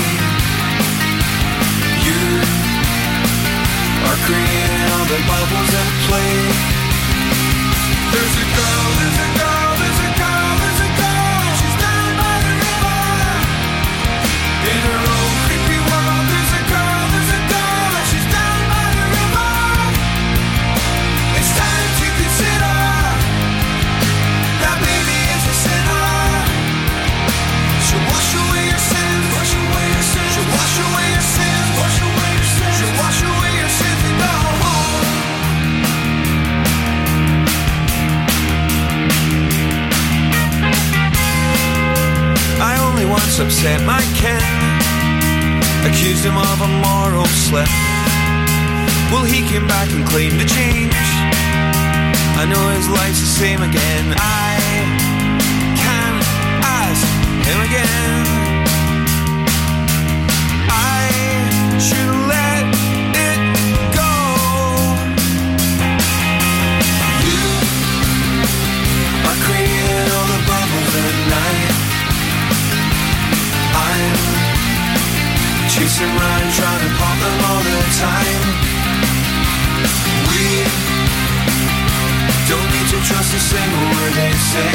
You are creating all the bubbles at play. There's a girl, there's a girl, there's a girl, there's a girl. She's down by the river. In her own creepy world, there's a girl, there's a girl. She's down by the river. It's time to consider that baby is a sinner. She'll wash away your sins, wash away your sins. She'll wash away your sins, wash away your sins. She'll wash away your sins and go home. I only once upset my kin, accused him of a moral slip. Well, he came back and claimed to change. I know his life's the same again. I can't ask him again. I should let it go. You are creating all where they say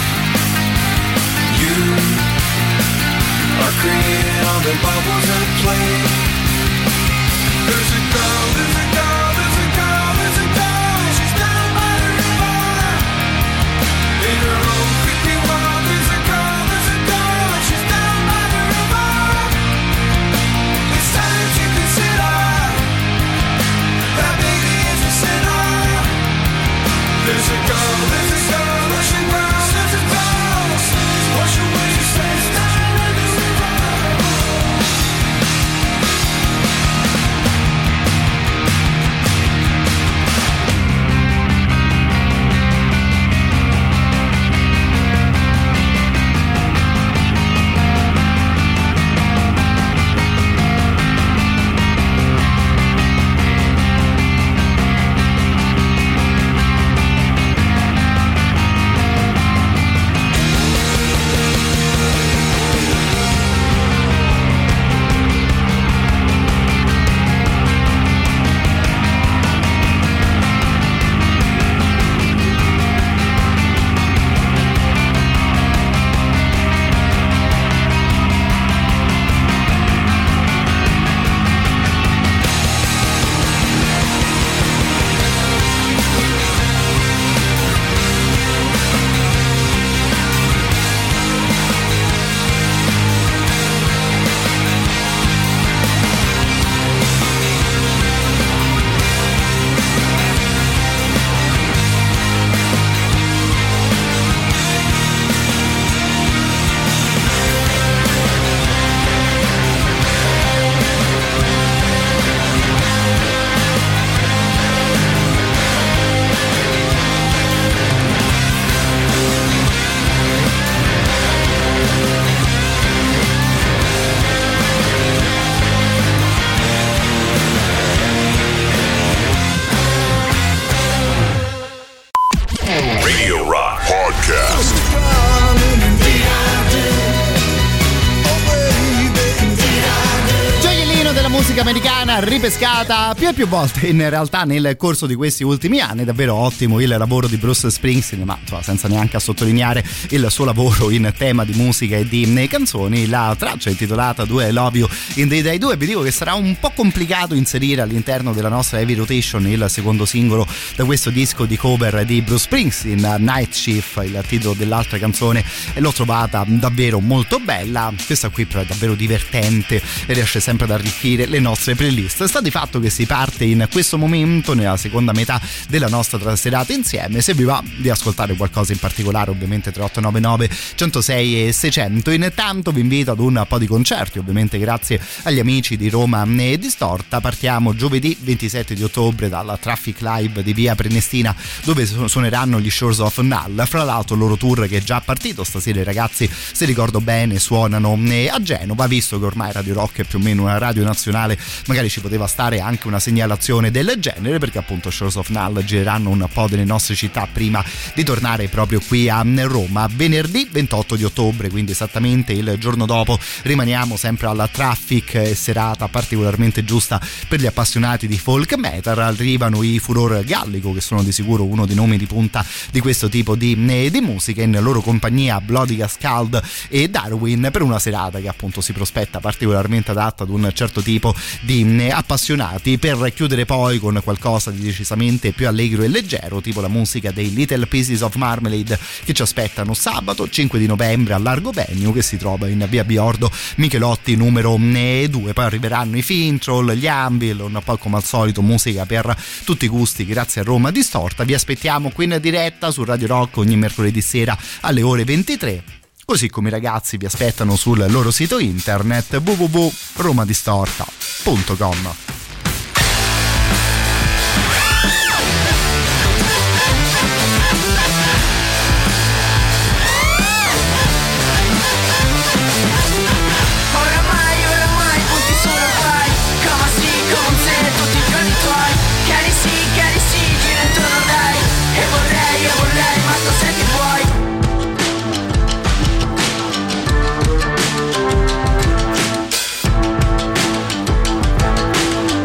you are creating all the bubbles that play. There's a girl, there's a girl, there's a girl, there's a girl, and she's down by the river. In her own creepy world, there's a girl, there's a girl, and she's down by the river. It's time to consider that baby is a sinner. There's a girl, there's a girl, there's a girl, there's a girl, wash away your sins down in the river. Americana ripescata più e più volte in realtà nel corso di questi ultimi anni. Davvero ottimo il lavoro di Bruce Springsteen, ma insomma, senza neanche a sottolineare il suo lavoro in tema di musica e di canzoni. La traccia intitolata Do I Love You in the Day due, vi dico che sarà un po' complicato inserire all'interno della nostra Heavy Rotation il secondo singolo da questo disco di cover di Bruce Springsteen, Night Shift, il titolo dell'altra canzone, e l'ho trovata davvero molto bella. Questa qui però è davvero divertente e riesce sempre ad arricchire le nostre playlist. Sta di fatto che si parte in questo momento nella seconda metà della nostra serata insieme. Se vi va di ascoltare qualcosa in particolare, ovviamente tre otto nove nove centosei e seicento. Intanto vi invito ad un po' di concerti, ovviamente grazie agli amici di Roma e Distorta. Partiamo giovedì ventisette di ottobre dalla Traffic Live di via Prenestina, dove suoneranno gli Shores of Null. Fra l'altro il loro tour che è già partito stasera, i ragazzi, se ricordo bene, suonano a Genova. Visto che ormai Radio Rock è più o meno una radio nazionale, magari ci poteva stare anche una segnalazione del genere, perché appunto Shores of Null gireranno un po' delle nostre città prima di tornare proprio qui a Roma. Venerdì ventotto di ottobre, quindi esattamente il giorno dopo, rimaniamo sempre alla Traffic, serata particolarmente giusta per gli appassionati di folk metal. Arrivano i Furor Gallico, che sono di sicuro uno dei nomi di punta di questo tipo di, di musica, in loro compagnia Bloody Scald e Darwin, per una serata che appunto si prospetta particolarmente adatta ad un certo tipo di appassionati, per chiudere poi con qualcosa di decisamente più allegro e leggero, tipo la musica dei Little Pieces of Marmalade, che ci aspettano sabato cinque di novembre al Largo Venue, che si trova in via Biordo Michelotti numero due. Poi arriveranno i Fintroll, gli Anvil, un po' come al solito musica per tutti i gusti grazie a Roma Distorta. Vi aspettiamo qui in diretta su Radio Rock ogni mercoledì sera alle ore ventitré, così come i ragazzi vi aspettano sul loro sito internet w w w punto romadistorta punto com. We'll be right back.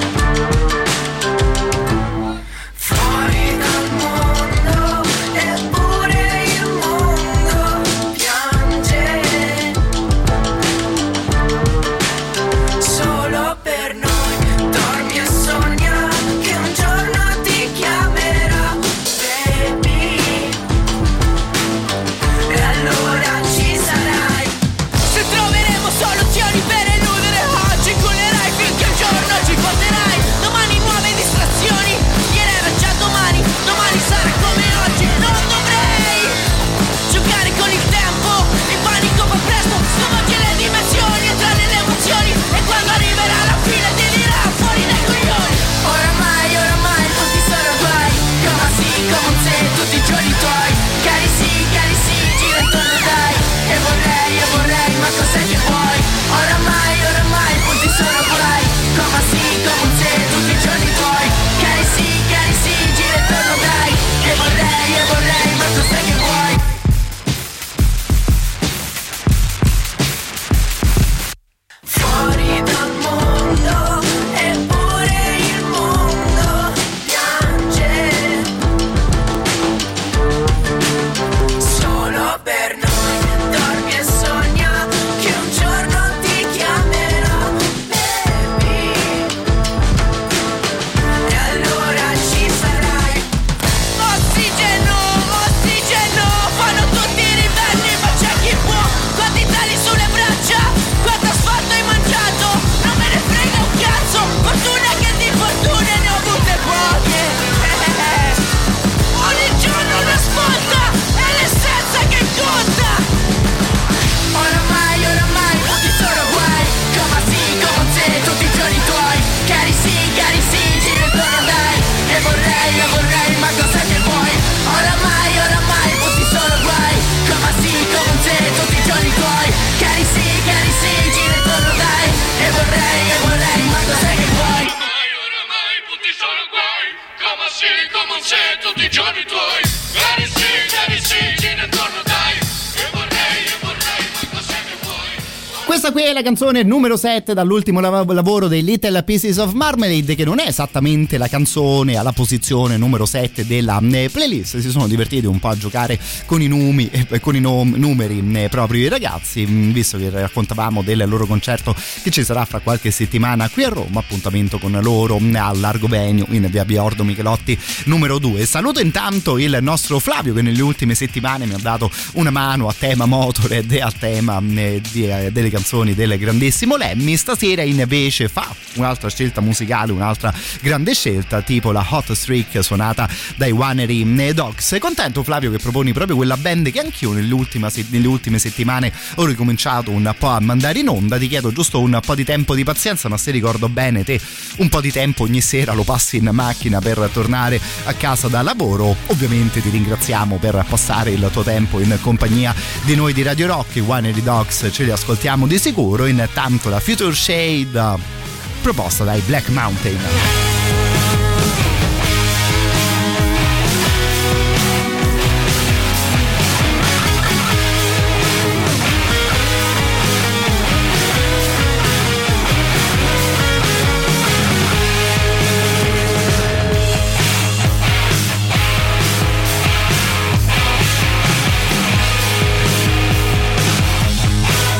con sé tutti i giorni tuoi. Vieni sì, vieni sì, gira intorno dai. Io vorrei, io vorrei, ma cos'è che vuoi? Questa qui è la canzone numero sette dall'ultimo lav- lavoro dei Little Pieces of Marmalade, che non è esattamente la canzone alla posizione numero sette della eh, playlist. Si sono divertiti un po' a giocare con i, numi, eh, con i nom- numeri eh, proprio i ragazzi, mh, visto che raccontavamo del loro concerto che ci sarà fra qualche settimana qui a Roma, appuntamento con loro mh, al Largo Venio in via Biordo Michelotti numero due. Saluto intanto il nostro Flavio, che nelle ultime settimane mi ha dato una mano a tema Motorhead e a tema mh, di, eh, delle canzoni del grandissimo Lemmy. Stasera invece fa un'altra scelta musicale, un'altra grande scelta, tipo la Hot Streak suonata dai Winery Dogs. Contento, Flavio, che proponi proprio quella band che anch'io nelle ultime, nelle ultime settimane ho ricominciato un po' a mandare in onda. Ti chiedo giusto un po' di tempo di pazienza, ma se ricordo bene te un po' di tempo ogni sera lo passi in macchina per tornare a casa da lavoro. Ovviamente ti ringraziamo per passare il tuo tempo in compagnia di noi di Radio Rock. I Winery Dogs ce li ascoltiamo di sicuro. Intanto la Future Shade proposta dai Black Mountain.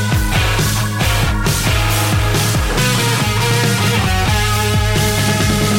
We'll be right back.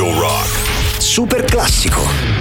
Radio Rock. Super classico.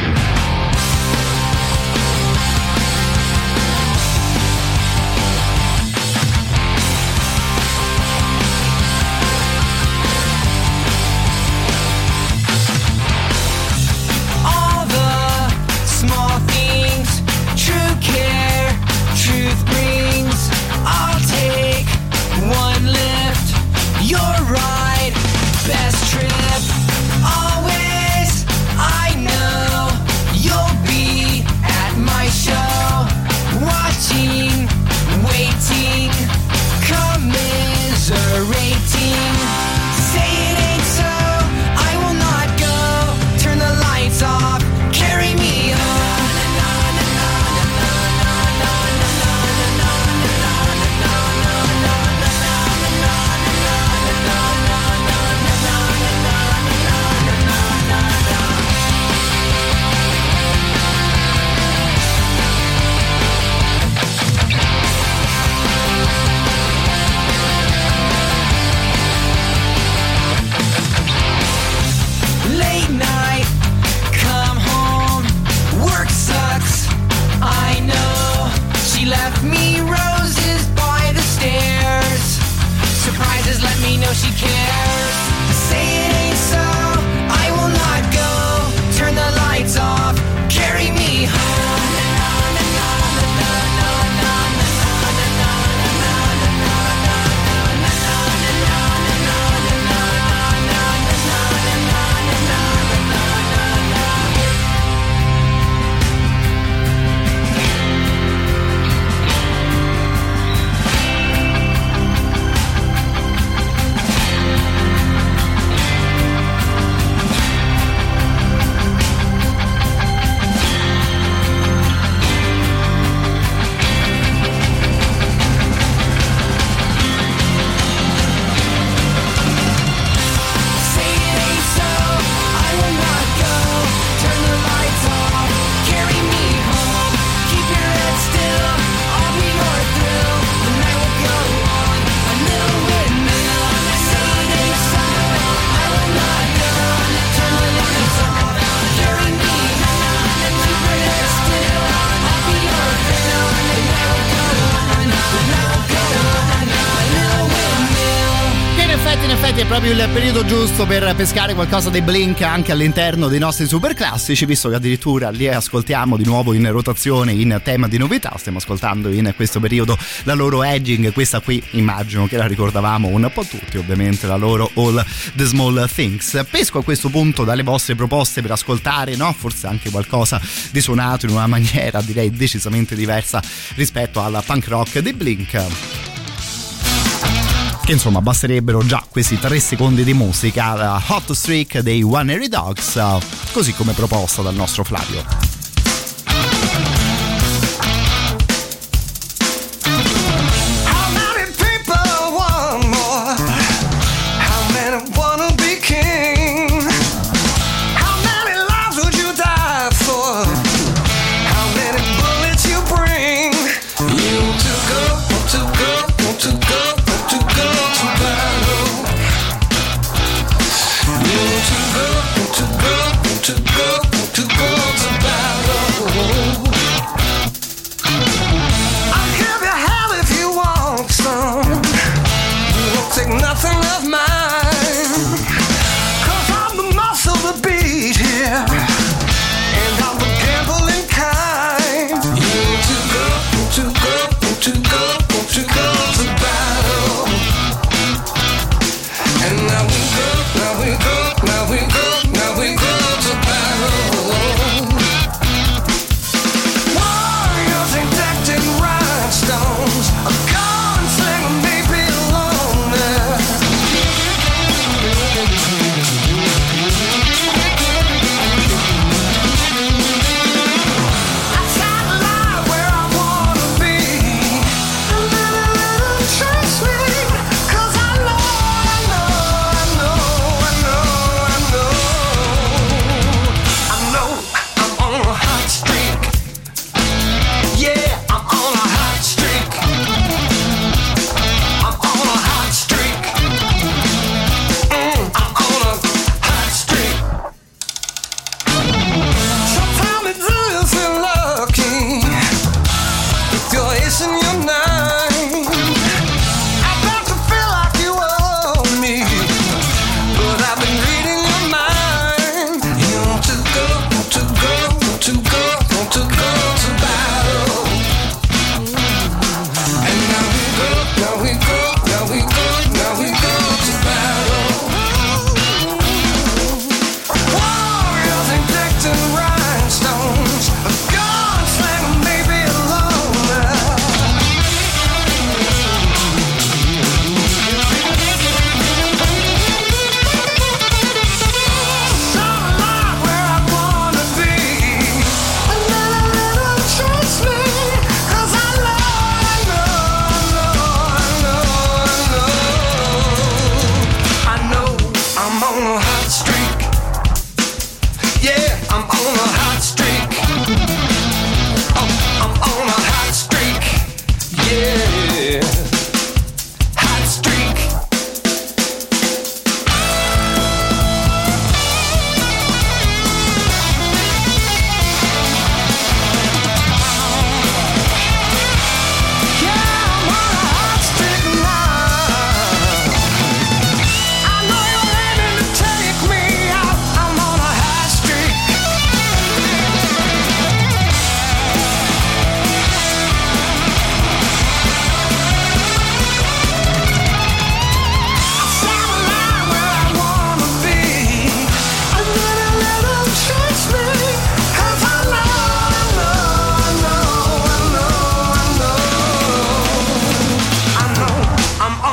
È proprio il periodo giusto per pescare qualcosa dei Blink anche all'interno dei nostri super classici, visto che addirittura li ascoltiamo di nuovo in rotazione in tema di novità. Stiamo ascoltando in questo periodo la loro Edging, questa qui immagino che la ricordavamo un po' tutti, ovviamente la loro All the Small Things. Pesco a questo punto dalle vostre proposte per ascoltare, no? Forse anche qualcosa di suonato in una maniera direi decisamente diversa rispetto al punk rock dei Blink, che insomma basterebbero già questi tre secondi di musica. La Hot Streak dei One Hairy Dogs, così come proposta dal nostro Flavio. Stones, a gun slinger may be alone there.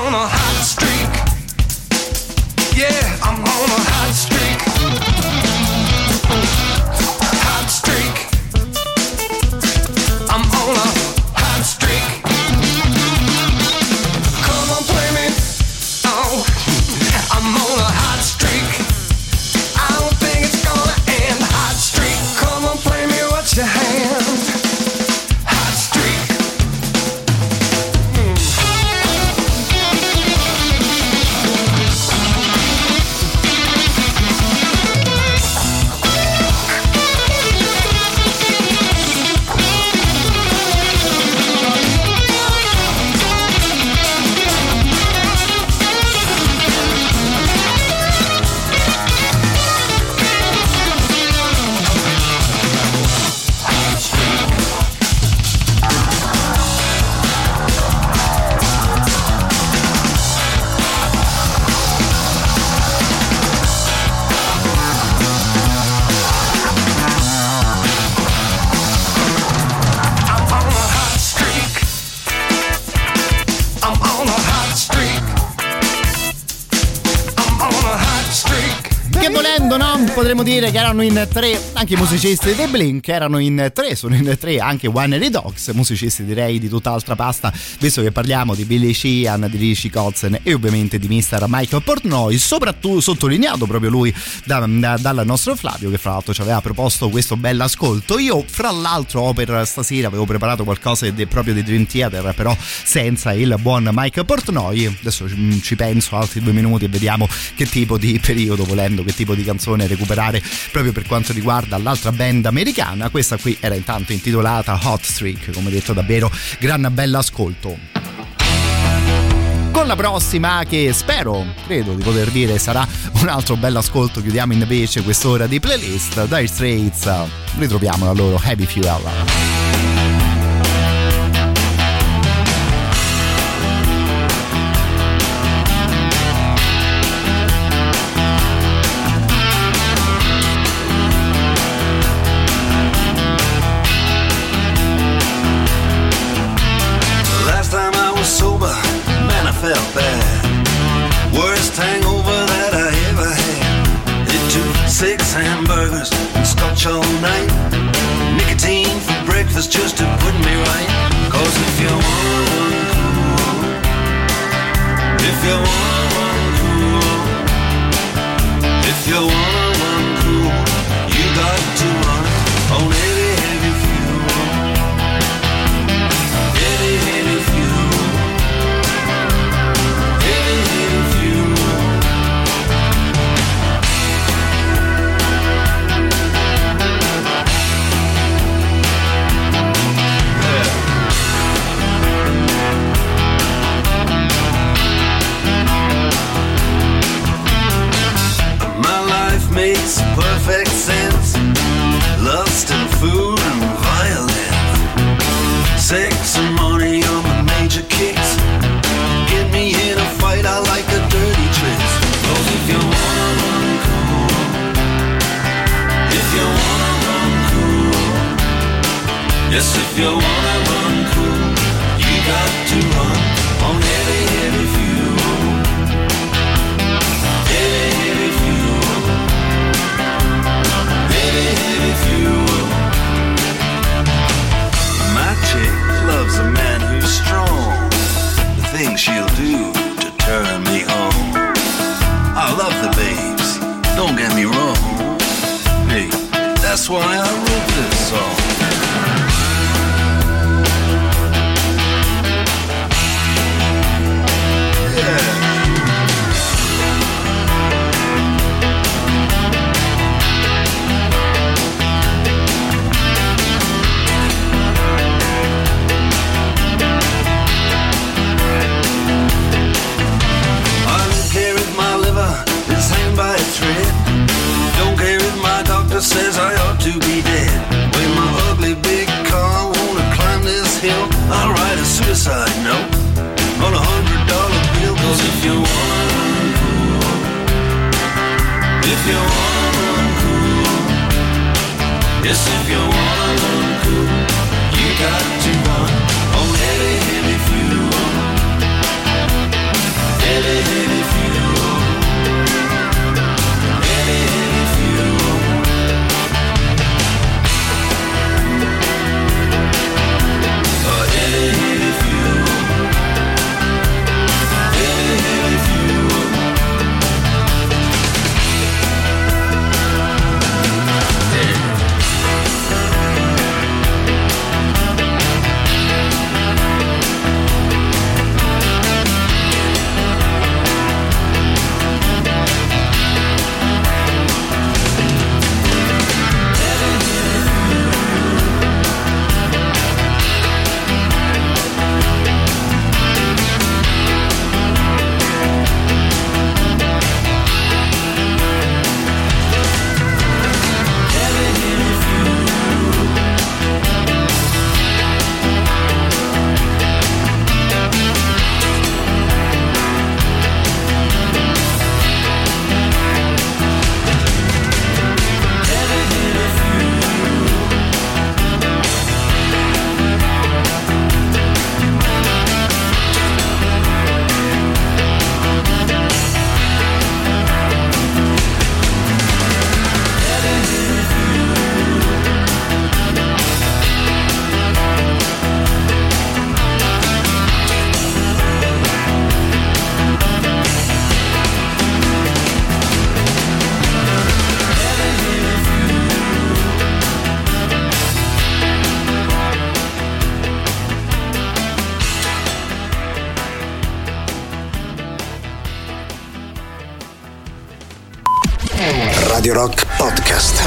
on a hot streak. Yeah, I'm on a hot streak. Hot streak. I'm on a hot streak. Come on, play me. Oh, I'm on a hot streak. I don't think it's gonna end. Hot streak. Come on, play me what you have. Hot streak. Mm. Potremmo dire che erano in tre anche i musicisti dei Blink, erano in tre, sono in tre anche One and the Dogs, musicisti direi di tutt'altra pasta, visto che parliamo di Billy Sheehan, di Richie Kotzen e ovviamente di mister Michael Portnoy, soprattutto sottolineato proprio lui da, da, dal nostro Flavio, che fra l'altro ci aveva proposto questo bell'ascolto. Io fra l'altro per stasera avevo preparato qualcosa di, proprio di Dream Theater, però senza il buon Mike Portnoy. Adesso ci penso altri due minuti e vediamo che tipo di periodo, volendo, che tipo di canzone recuperare proprio per quanto riguarda l'altra band americana. Questa qui era intanto intitolata Hot Streak, come detto davvero gran bell'ascolto. Con la prossima, che spero, credo di poter dire sarà un altro bell'ascolto, chiudiamo invece quest'ora di playlist. Dire Straits, ritroviamo la loro Heavy Fuel. Felt bad, worst hangover that I ever had. It took six hamburgers and scotch all night, nicotine for breakfast just to put me right. Cause if you want one cool, if you want one cool, if you want one cool, you got to run on heavy, heavy fuel. Heavy, heavy fuel. Makes perfect sense. Lust and food and violence, sex and money are my major kicks. Get me in a fight, I like the dirty tricks. Cause if you wanna run cool, if you wanna run cool, yes, if you wanna run cool, you got to run on heavy, heavy fuel. Heavy, heavy fuel. My chick loves a man who's strong, the things she'll do to turn me on. I love the babes, don't get me wrong. Hey, that's why I wrote this song. Yeah. By a thread. Don't care if my doctor says I ought to be dead. When my ugly big car wanna climb this hill, I'll write a suicide note on a hundred dollar bill. Cause if you wanna run cool, if you wanna run cool, yes, if you wanna run cool, you got to run on heavy, heavy fuel. Radio Rock Podcast.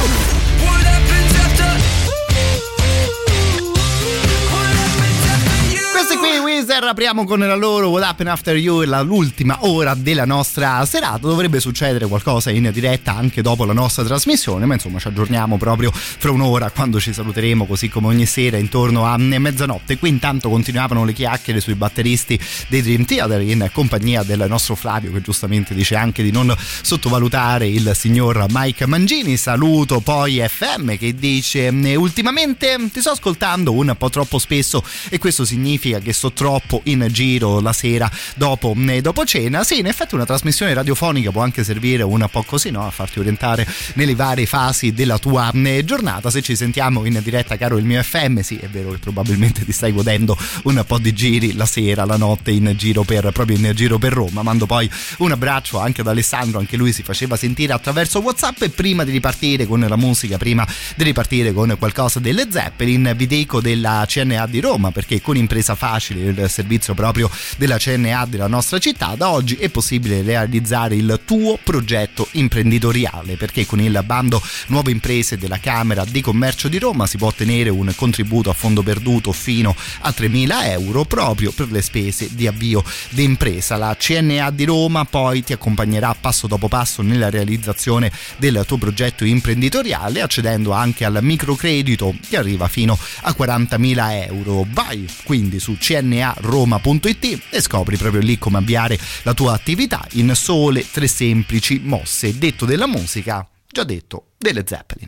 Questi qui, Weezer, apriamo con la loro What Happened After You, l'ultima ora della nostra serata. Dovrebbe succedere qualcosa in diretta anche dopo la nostra trasmissione, ma insomma ci aggiorniamo proprio fra un'ora quando ci saluteremo, così come ogni sera intorno a mezzanotte. Qui intanto continuavano le chiacchiere sui batteristi dei Dream Theater in compagnia del nostro Flavio, che giustamente dice anche di non sottovalutare il signor Mike Mangini. Saluto poi F M che dice: ultimamente ti sto ascoltando un po' troppo spesso e questo significa che sto troppo in giro la sera dopo, dopo cena. Sì, in effetti una trasmissione radiofonica può anche servire un po' così, no? A farti orientare nelle varie fasi della tua giornata. Se ci sentiamo in diretta, caro il mio F M, sì, è vero che probabilmente ti stai godendo un po' di giri la sera, la notte in giro per, proprio in giro per Roma. Mando poi un abbraccio anche ad Alessandro, anche lui si faceva sentire attraverso WhatsApp. E prima di ripartire con la musica, prima di ripartire con qualcosa delle Zeppelin, vi dico della C N A di Roma, perché con Impresa Facile, il servizio proprio della C N A della nostra città, da oggi è possibile realizzare il tuo progetto imprenditoriale, perché con il bando Nuove Imprese della Camera di Commercio di Roma si può ottenere un contributo a fondo perduto fino a tremila euro proprio per le spese di avvio di impresa. La C N A di Roma poi ti accompagnerà passo dopo passo nella realizzazione del tuo progetto imprenditoriale, accedendo anche al microcredito che arriva fino a quarantamila euro. Vai quindi su c n a roma punto i t e scopri proprio lì come avviare la tua attività in sole tre semplici mosse. Detto della musica, già detto delle Zeppelin.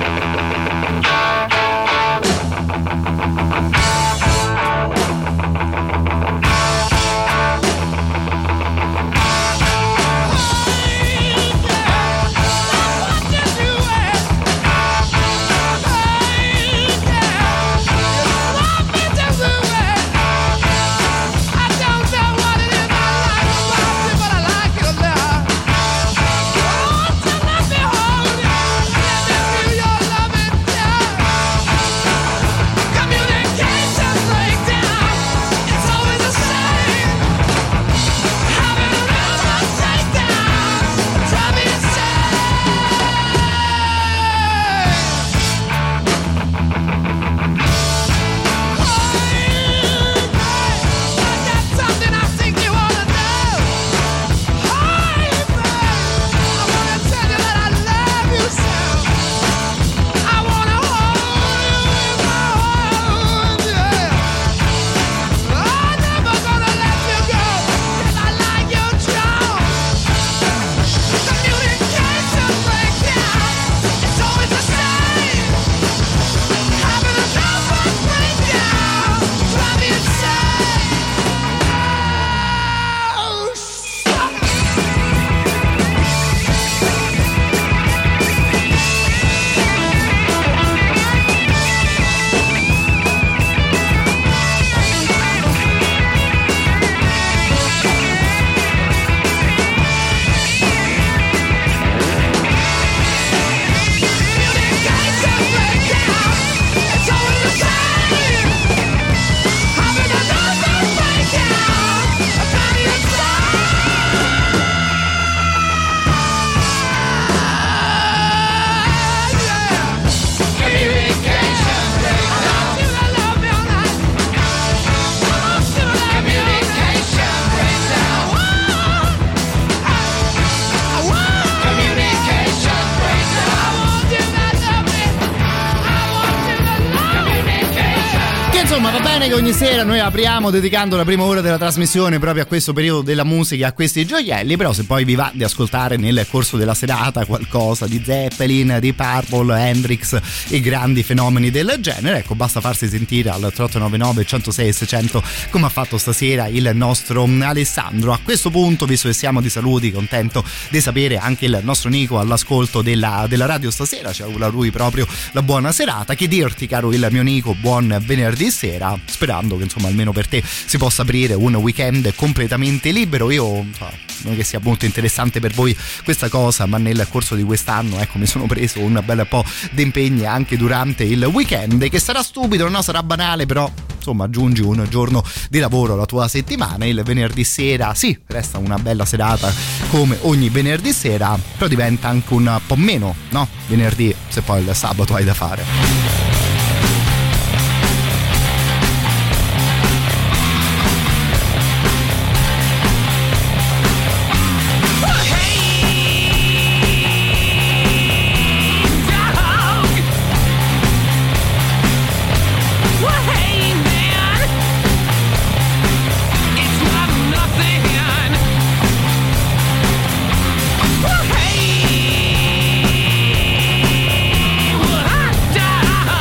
Che ogni sera noi apriamo dedicando la prima ora della trasmissione proprio a questo periodo della musica, a questi gioielli. Però se poi vi va di ascoltare nel corso della serata qualcosa di Zeppelin, di Purple, Hendrix e grandi fenomeni del genere, ecco, basta farsi sentire al tre otto nove nove, centosei e seicento come ha fatto stasera il nostro Alessandro. A questo punto, visto che siamo di saluti, contento di sapere anche il nostro Nico all'ascolto della, della radio stasera, ci augura lui proprio la buona serata. Che dirti, caro il mio Nico, buon venerdì sera, sperando che insomma almeno per te si possa aprire un weekend completamente libero. Io so, non è che sia molto interessante per voi questa cosa, ma nel corso di quest'anno ecco mi sono preso un bel po' di impegni anche durante il weekend, che sarà stupido, no? Sarà banale, però insomma aggiungi un giorno di lavoro alla tua settimana. Il venerdì sera sì, resta una bella serata come ogni venerdì sera, però diventa anche un po' meno, no? Venerdì, se poi il sabato hai da fare. Hey, well, I died.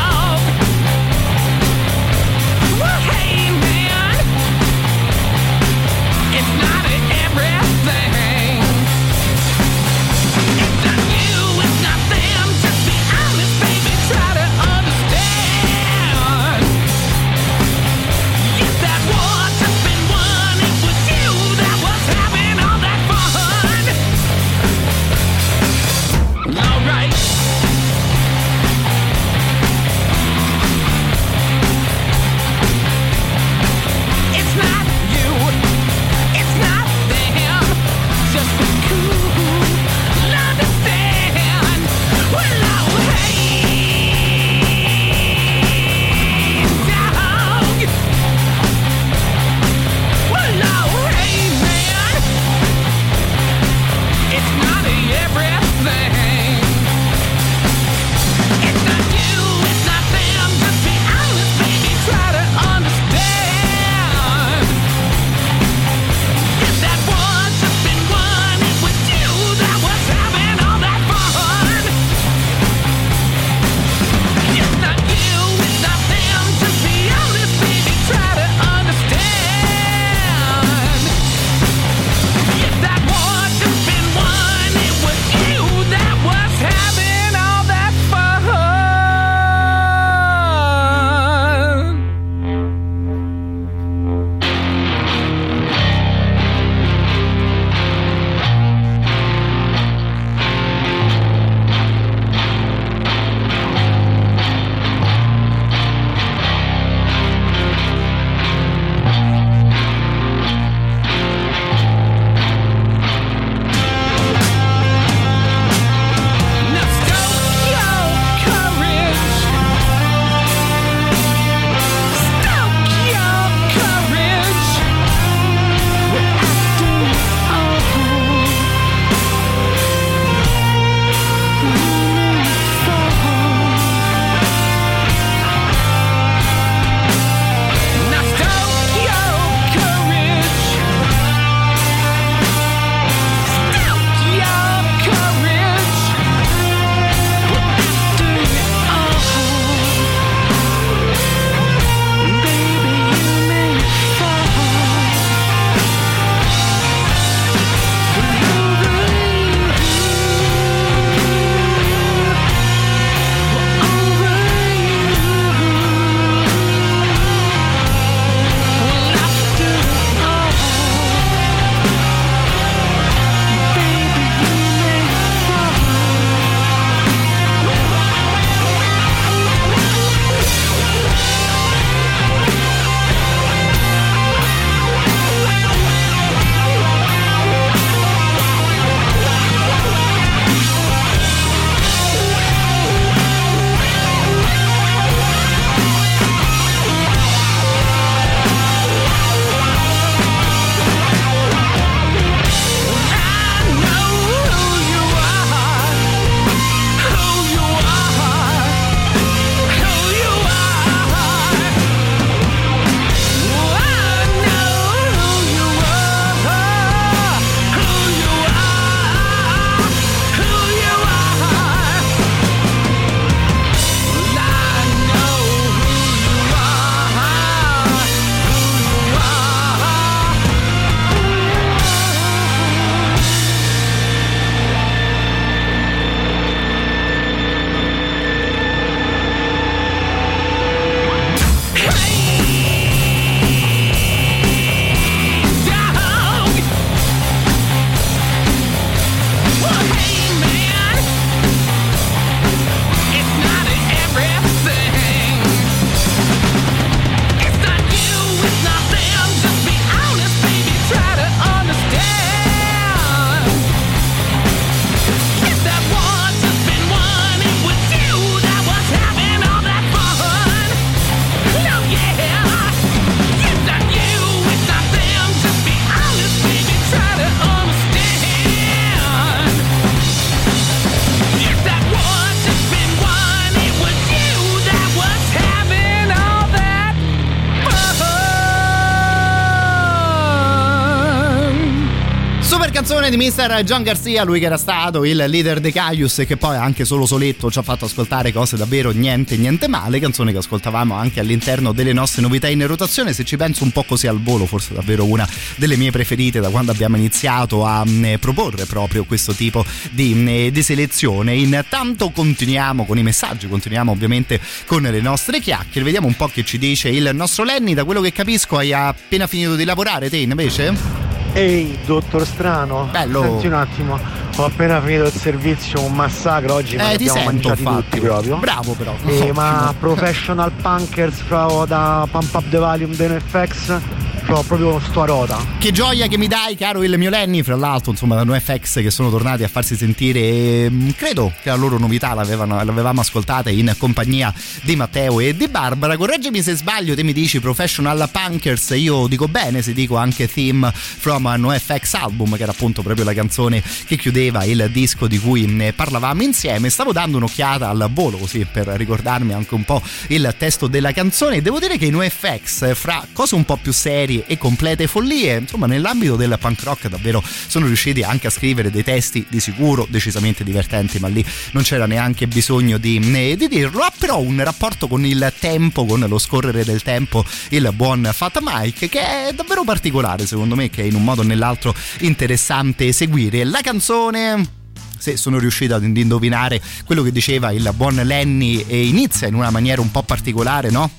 Super canzone di mister John Garcia, lui che era stato il leader dei Caius e che poi anche solo soletto ci ha fatto ascoltare cose davvero niente niente male, canzone che ascoltavamo anche all'interno delle nostre novità in rotazione. Se ci penso un po' così al volo, forse davvero una delle mie preferite da quando abbiamo iniziato a mh, proporre proprio questo tipo di, mh, di selezione. Intanto continuiamo con i messaggi, continuiamo ovviamente con le nostre chiacchiere, vediamo un po' che ci dice il nostro Lenny. Da quello che capisco hai appena finito di lavorare, te invece? Ehi, dottor Strano. Bello. Senti un attimo, ho appena finito il servizio, un massacro oggi, eh, ma ti abbiamo sento, mangiati infatti. tutti proprio. Bravo però. Eh, ma Professional Punkers fra, da Pump Up the Volume dei NoFX, pro, proprio sto a rota. Che gioia che mi dai, caro il mio Lenny, fra l'altro, insomma, da NoFX che sono tornati a farsi sentire, e credo che la loro novità l'avevano, l'avevamo ascoltata in compagnia di Matteo e di Barbara. Correggimi se sbaglio, te mi dici Professional Punkers, io dico bene se dico anche Theme from NoFX Album, che era appunto proprio la canzone che chiudeva il disco di cui ne parlavamo insieme. Stavo dando un'occhiata al volo così per ricordarmi anche un po' il testo della canzone. Devo dire che i NoFX, fra cose un po' più serie e complete follie, insomma nell'ambito del punk rock davvero sono riusciti anche a scrivere dei testi di sicuro decisamente divertenti, ma lì non c'era neanche bisogno di, di dirlo. Ha però un rapporto con il tempo, con lo scorrere del tempo, il buon Fat Mike, che è davvero particolare secondo me, che in un modo o nell'altro interessante seguire. La canzone, se sono riuscito ad indovinare quello che diceva il buon Lenny, e inizia in una maniera un po' particolare, no?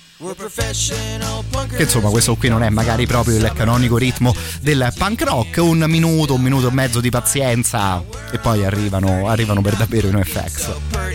Che insomma questo qui non è magari proprio il canonico ritmo del punk rock. Un minuto, un minuto e mezzo di pazienza e poi arrivano, arrivano per davvero i NoFX.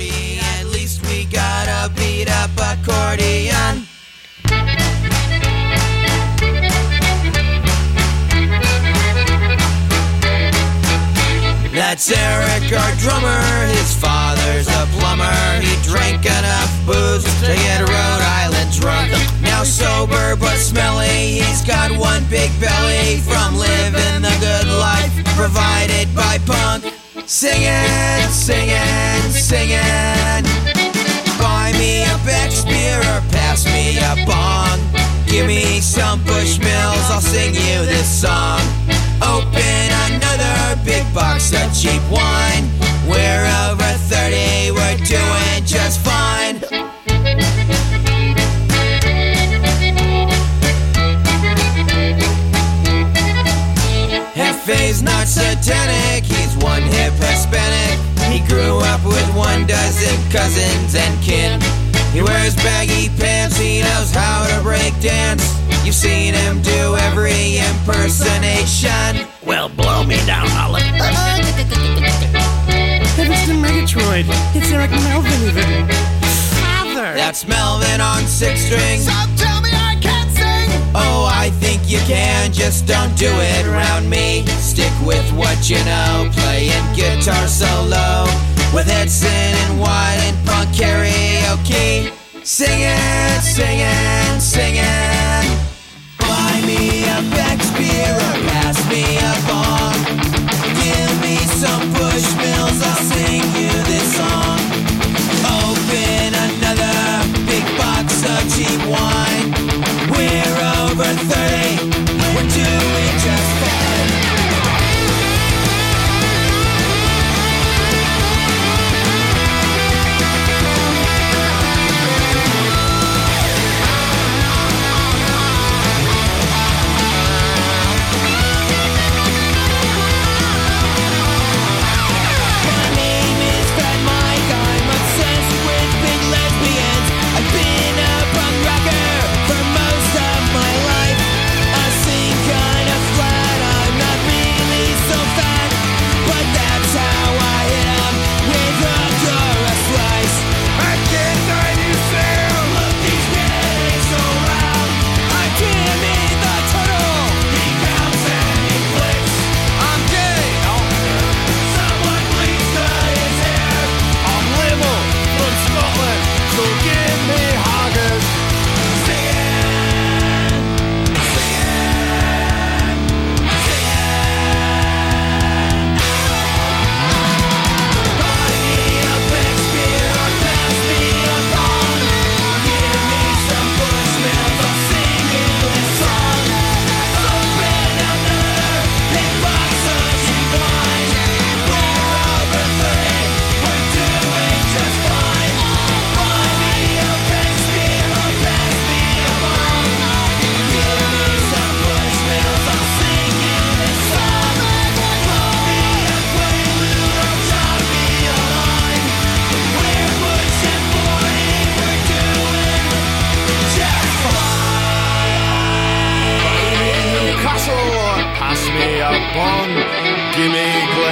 That's Eric, our drummer, his father's a plumber. He drank enough booze to get Rhode Island drunk. Now sober but smelly, he's got one big belly from living the good life provided by punk. Singing, singing, singing. Buy me a Beck's beer or pass me a bong. Give me some Bushmills, I'll sing you this song. Open another big box of cheap wine. We're over thirty, we're doing just fine. Hefe's not satanic, he's one hip Hispanic. He grew up with one dozen cousins and kin. He wears baggy pants, he knows how to break dance. You've seen him do every impersonation. Well, blow me down, Olive. If it's the Megatroid, it's Eric Melvin even. Father! That's Melvin on six strings. So tell me I can't sing! Oh, I think you can, just don't do it around me. Stick with what you know, playing guitar solo with Edson and White and punk karaoke. Singing, singing, singing. Buy me a Beck's beer or pass me a bong. Give me some Bushmills, I'll sing you this song. Open another big box of cheap wine. We're over thirty, we're doing just fine.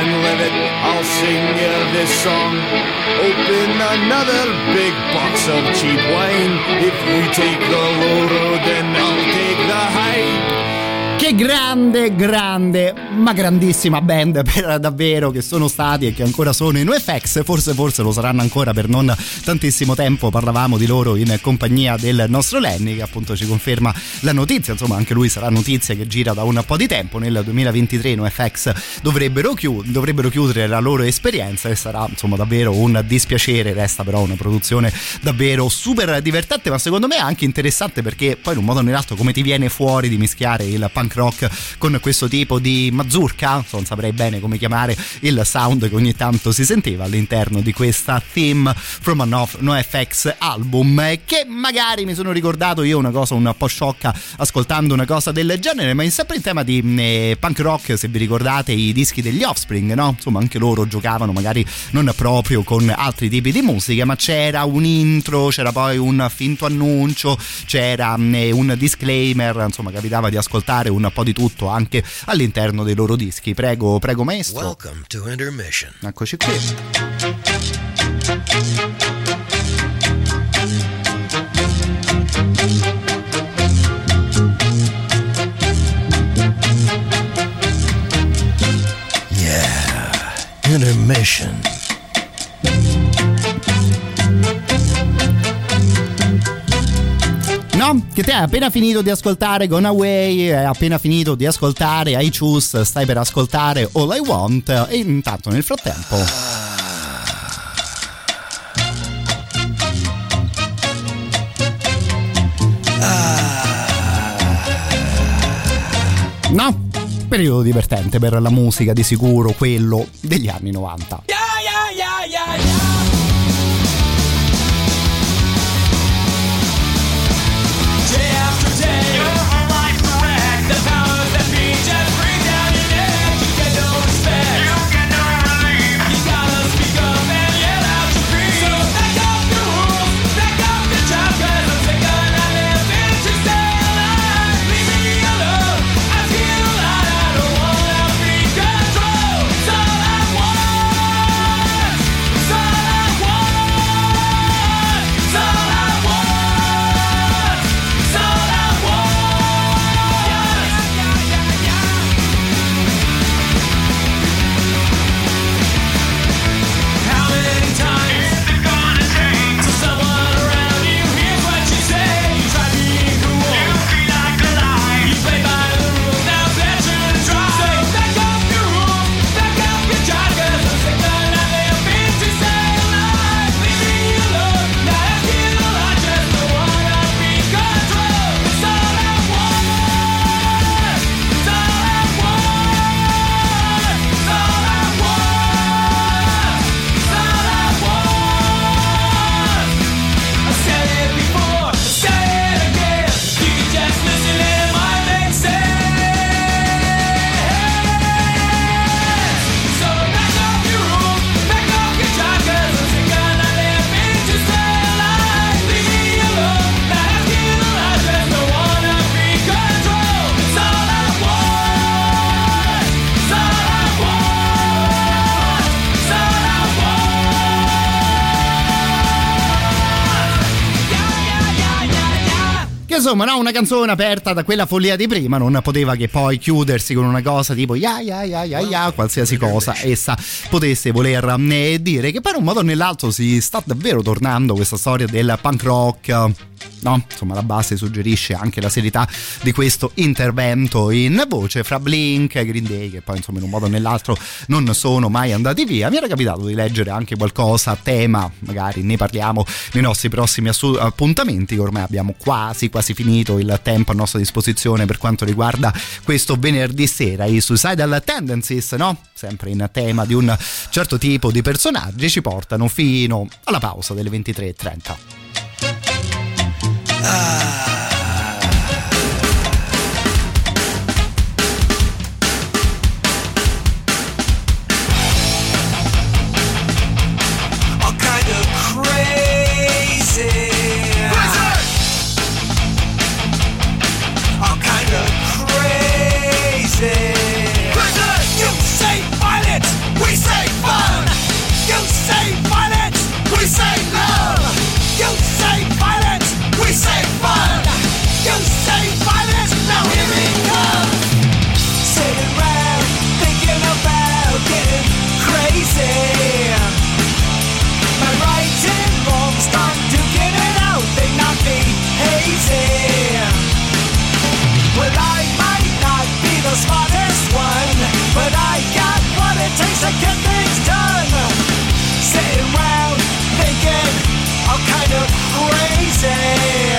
and live it. I'll sing you this song. Open another big box of cheap wine. If you take the low road, then I'll take the high. Che grande, grande, ma grandissima band per davvero che sono stati e che ancora sono i NoFX, forse forse lo saranno ancora per non tantissimo tempo. Parlavamo di loro in compagnia del nostro Lenny, che appunto ci conferma la notizia, insomma anche lui sarà notizia che gira da un po' di tempo. Nel duemilaventitré i NoFX dovrebbero, chiud- dovrebbero chiudere la loro esperienza e sarà insomma davvero un dispiacere. Resta però una produzione davvero super divertente, ma secondo me anche interessante, perché poi in un modo o nell'altro come ti viene fuori di mischiare il punk rock con questo tipo di mazurka, non saprei bene come chiamare il sound che ogni tanto si sentiva all'interno di questa theme from a NoFX album, che magari mi sono ricordato io una cosa un po' sciocca ascoltando una cosa del genere, ma in sempre in tema di eh, punk rock, se vi ricordate i dischi degli Offspring, no? Insomma anche loro giocavano magari non proprio con altri tipi di musica, ma c'era un intro, c'era poi un finto annuncio, c'era eh, un disclaimer, insomma capitava di ascoltare un po' di tutto anche all'interno dei loro dischi. Prego, prego maestro. Welcome to Intermission. Eccoci qui. Yeah, Intermission. No? Che te hai appena finito di ascoltare Gone Away, hai appena finito di ascoltare I Choose, stai per ascoltare All I Want e intanto nel frattempo no? Periodo divertente per la musica, di sicuro quello degli anni novanta. Yeah, yeah, yeah, yeah, yeah. Insomma, no, una canzone aperta da quella follia di prima non poteva che poi chiudersi con una cosa tipo ya ya ya ya ya, qualsiasi cosa essa potesse voler eh, dire, che poi in un modo o nell'altro si sta davvero tornando questa storia del punk rock. No, insomma la base suggerisce anche la serietà di questo intervento in voce fra Blink e Green Day, che poi insomma in un modo o nell'altro non sono mai andati via. Mi era capitato di leggere anche qualcosa a tema, magari ne parliamo nei nostri prossimi assu- appuntamenti, che ormai abbiamo quasi quasi finito il tempo a nostra disposizione per quanto riguarda questo venerdì sera. I Suicidal Tendencies, no? Sempre in tema di un certo tipo di personaggi, ci portano fino alla pausa delle ventitré e trenta. Ah. All kind of crazy. All kind of crazy. You say violence. to get things done. Sitting round thinking I'm kind of crazy.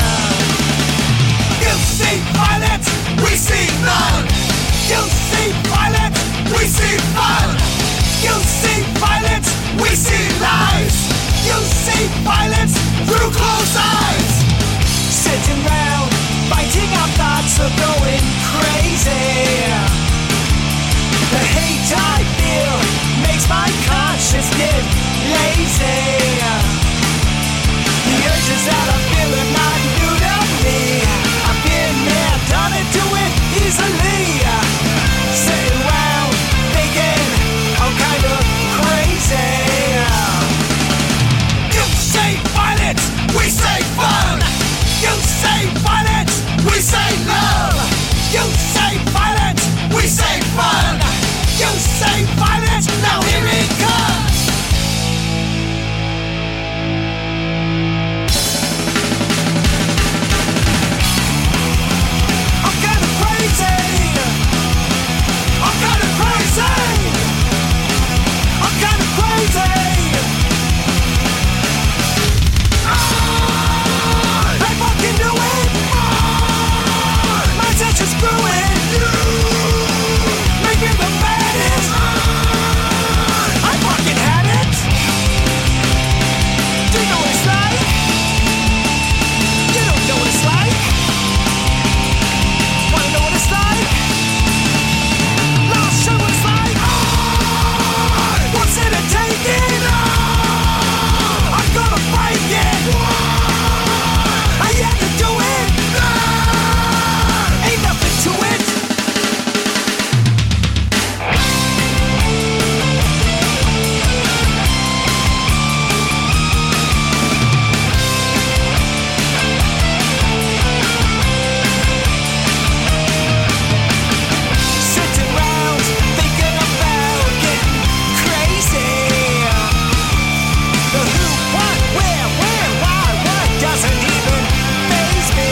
You see violence, we see none. You see violence, we see fun. You see violence, we see lies. You see violence through closed eyes. Sitting round, fighting our thoughts of going crazy. The hate I feel makes my conscience get lazy. The urges that I feel are not new to me. I've been there, done it, do it easily. Sitting around thinking I'm kind of crazy. You say violence, we say fun. You say violence, we say love. You say violence, we say fun. You say violence, now here it comes. I'm kinda crazy. I'm kinda crazy. I'm kinda crazy. I fucking do it. My attention's growing. Make me the baddest. I fucking had it. Do you know what it's like? You don't know what it's like. Wanna know what it's like? I'll show what it's like. What's it a taking? I'm gonna break it. I had to do it. Ain't nothing to it. Sitting round thinking about getting crazy. The who, what, where, where, why, what doesn't even faze me.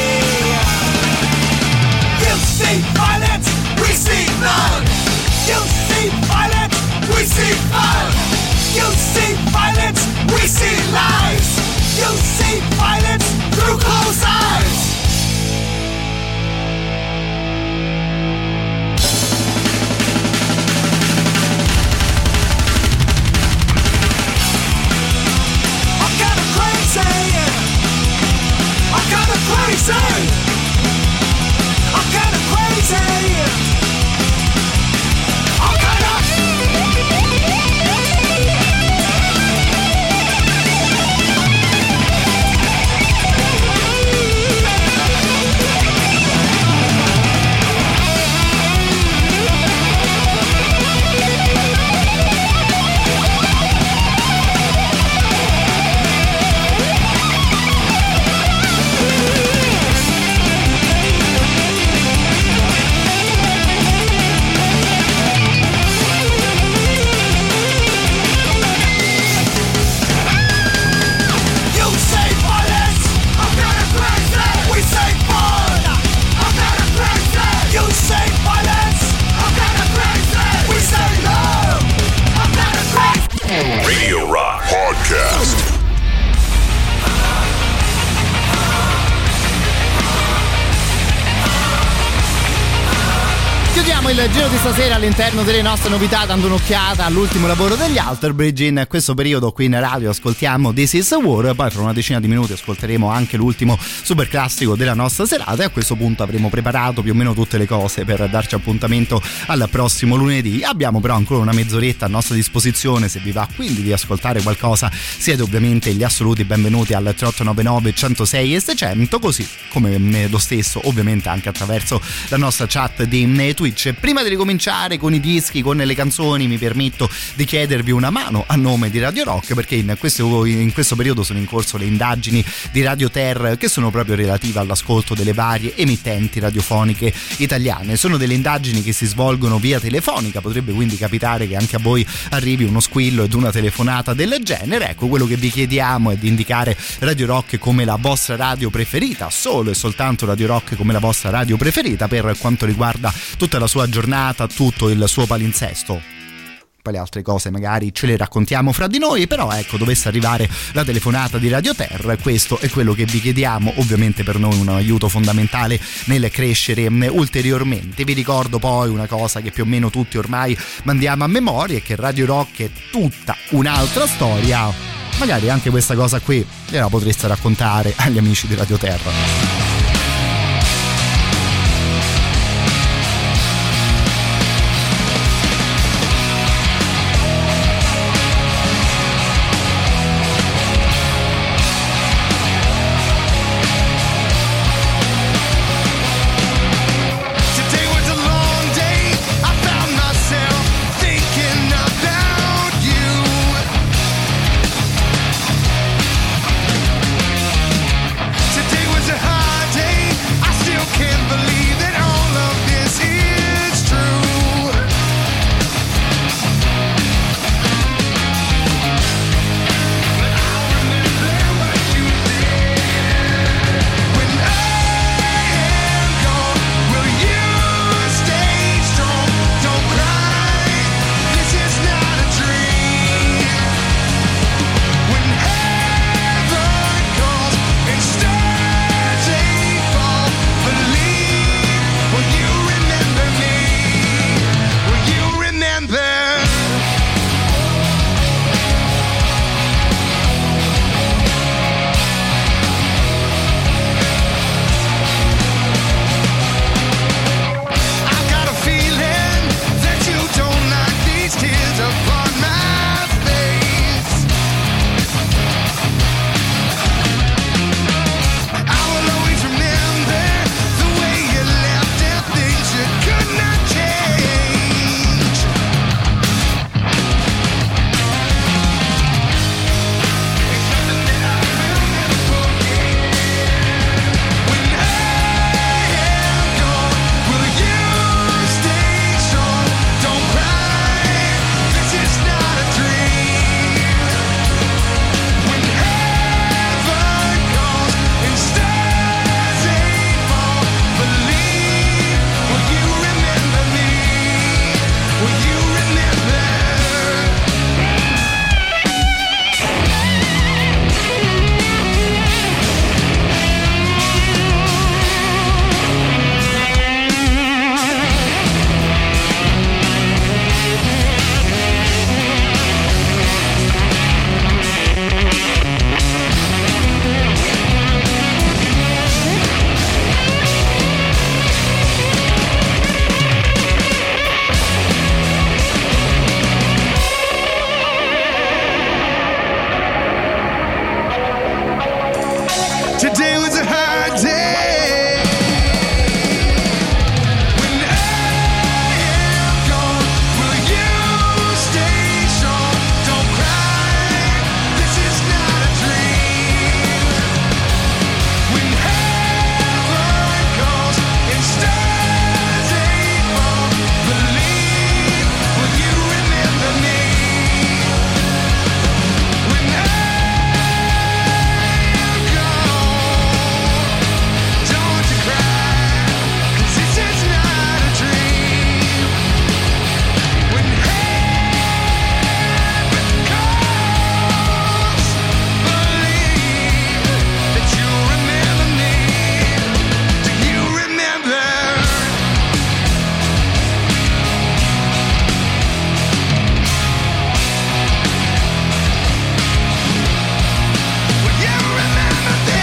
You see violence, we see none. You see violence, we see fun. You see violence, we see lies. You see violence through closed eyes. I'm kinda crazy. I'm kinda crazy. I'm kinda crazy. I'm kinda. You say violence, I'm kinda crazy. We say fun, I'm kinda crazy. You say violence, I'm kinda crazy. We say love, I'm kinda crazy. Radio Rock Podcast. Chiudiamo il giro di stasera all'interno delle nostre novità dando un'occhiata all'ultimo lavoro degli Alter Bridge. In questo periodo qui in radio ascoltiamo This Is a War, poi fra una decina di minuti ascolteremo anche l'ultimo super classico della nostra serata e a questo punto avremo preparato più o meno tutte le cose per darci appuntamento al prossimo lunedì. Abbiamo però ancora una mezz'oretta a nostra disposizione, se vi va quindi di ascoltare qualcosa siete ovviamente gli assoluti benvenuti al tre otto nove nove centosei e seicento, così come lo stesso ovviamente anche attraverso la nostra chat di Twitch. Prima di ricominciare con i dischi, con le canzoni, mi permetto di chiedervi una mano a nome di Radio Rock, perché in questo, in questo periodo sono in corso le indagini di Radio Ter che sono proprio relative all'ascolto delle varie emittenti radiofoniche italiane. Sono delle indagini che si svolgono via telefonica, potrebbe quindi capitare che anche a voi arrivi uno squillo ed una telefonata del genere. Ecco, quello che vi chiediamo è di indicare Radio Rock come la vostra radio preferita, solo e soltanto Radio Rock come la vostra radio preferita per quanto riguarda tutta la sua giornata, tutto il suo palinsesto. poi le altre cose magari ce le raccontiamo fra di noi, però ecco, dovesse arrivare la telefonata di Radio Terra, questo è quello che vi chiediamo, ovviamente per noi un aiuto fondamentale nel crescere ulteriormente. Vi ricordo poi una cosa che più o meno tutti ormai mandiamo a memoria, è che Radio Rock è tutta un'altra storia, magari anche questa cosa qui gliela potreste raccontare agli amici di Radio Terra. Today was a hard day. I still can't believe that all of this is true. But I'll remember what you did. When I am gone, will you stay strong? Don't cry, this is not a dream. When heaven calls and stars they fall, believe. Will you remember me? Will you remember? I've got a feeling that you don't like these tears upon my face. I will always remember the way you left and things you could not change. It's something that I will never forget. When I am gone, will you stay strong? Don't cry, this is not a dream. When heaven calls and stars they fall, believe. Will you remember me? Will you remember? Today was a hard day. When I am gone, will you stay strong? Don't cry, this is not a dream. When heaven calls and stars they fall, believe. Will you remember me? When I am gone, don't you cry, 'cause this is not a dream. When heaven calls, believe that you remember me. Do you remember? Will you remember me?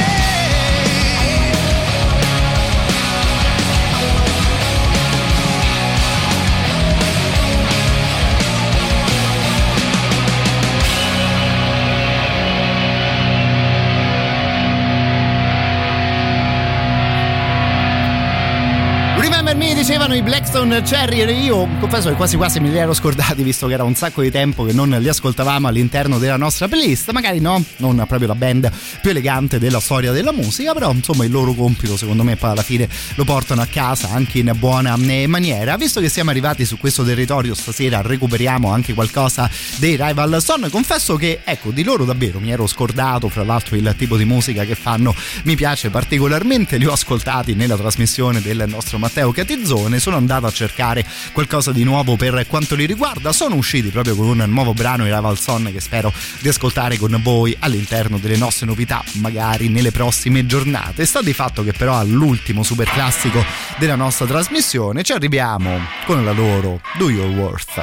Remember Me, dicevano i Blackstone Cherry, e io confesso che quasi quasi me li ero scordati, visto che era un sacco di tempo che non li ascoltavamo all'interno della nostra playlist. Magari no, non proprio la band più elegante della storia della musica, però insomma il loro compito secondo me poi alla fine lo portano a casa anche in buona maniera. Visto che siamo arrivati su questo territorio stasera, recuperiamo anche qualcosa dei Rival Son. Confesso che ecco, di loro davvero mi ero scordato, fra l'altro il tipo di musica che fanno mi piace particolarmente, li ho ascoltati nella trasmissione del nostro Matteo Catizzone. canzone, sono andato a cercare qualcosa di nuovo per quanto li riguarda. Sono usciti proprio con un nuovo brano, i Rival Son, che spero di ascoltare con voi all'interno delle nostre novità, magari nelle prossime giornate. Sta di fatto che però all'ultimo super classico della nostra trasmissione ci arriviamo con la loro Do Your Worth.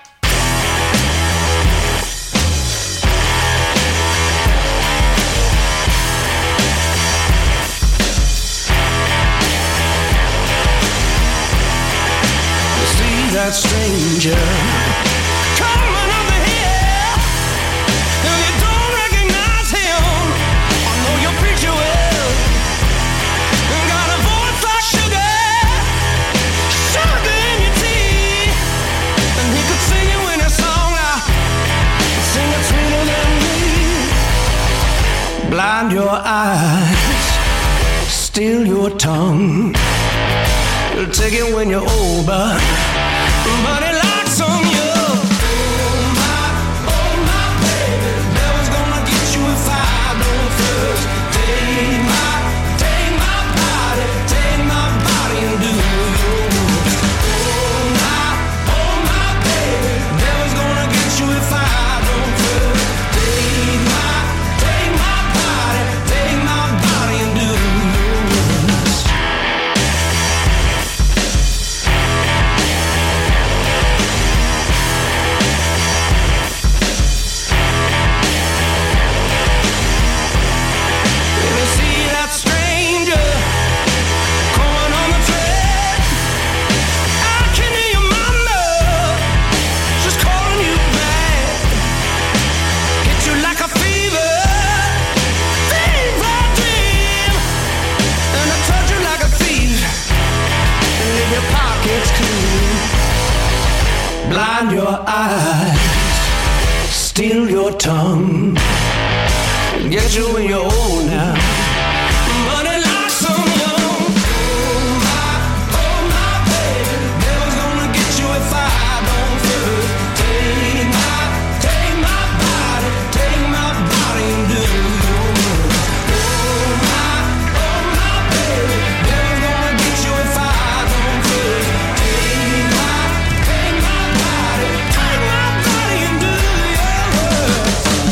That stranger coming over here, and you don't recognize him. I know you preach you well, and got a voice like sugar, sugar in your tea, and he could sing you in a song, now sing it sweeter than me. Blind your eyes, steal your tongue. You'll take it when you're old, but But it locks on you. Oh my, oh my baby, devil's gonna get you if I don't first. Take my, take my body, take my body and do yours. Oh my, oh my baby, devil's gonna get you if I don't first. Take my, take my body, take my body and do yours. Blind your eyes, steal your tongue, get you when you're old now. But it locks on you. Oh my, oh my baby, devil's gonna get you if I don't first. Take my, take my body, take my body and do yours. Oh my, oh my baby, devil's gonna get you if I don't first. Take my, take my body, take my body and do yours.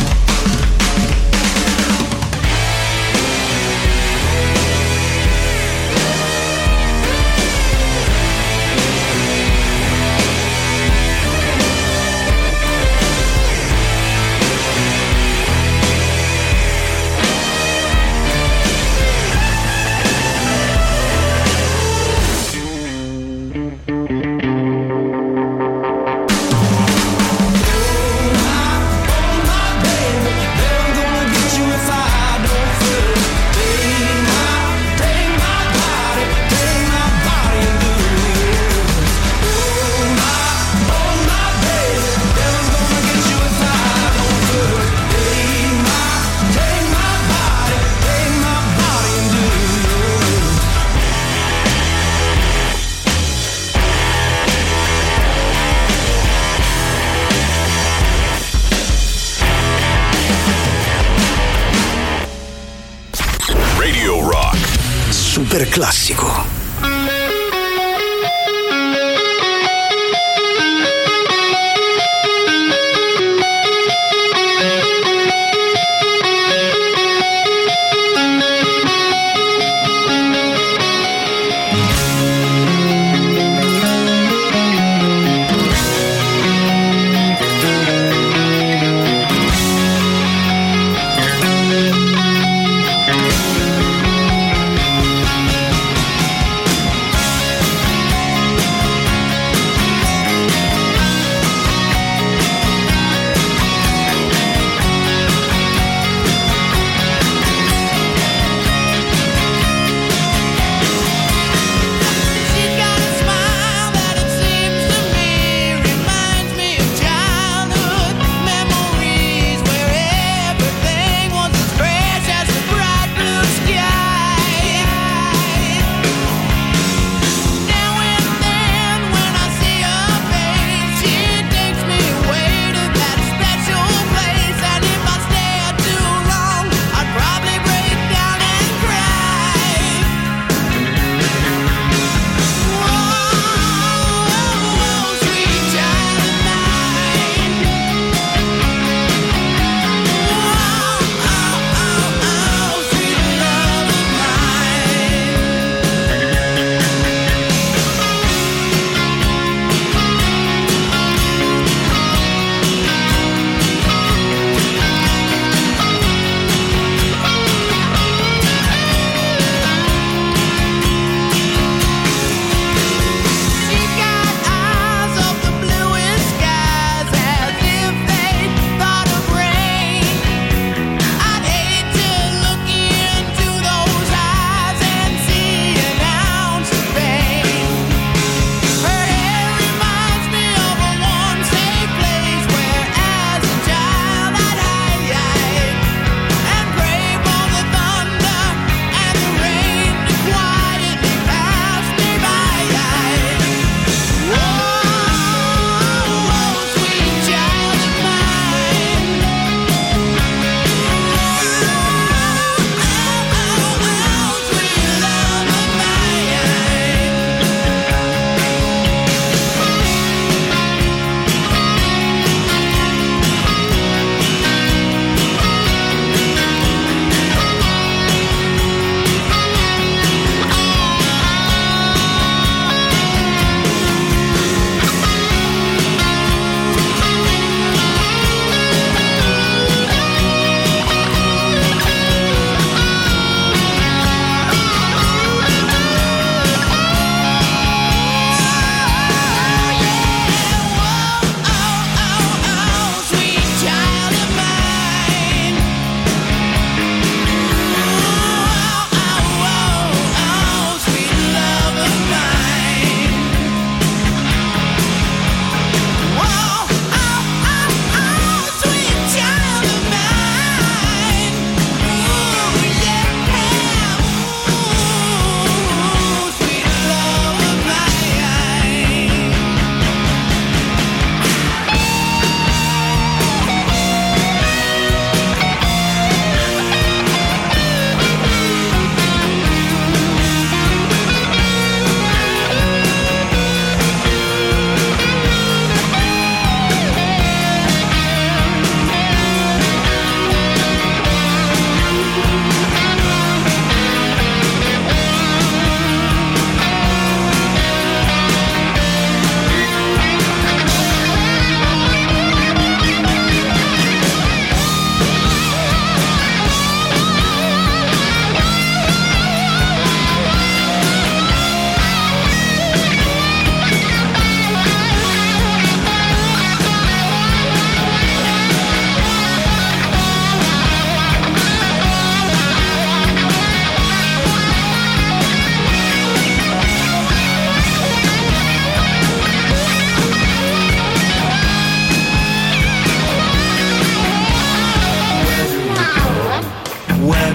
Super classico.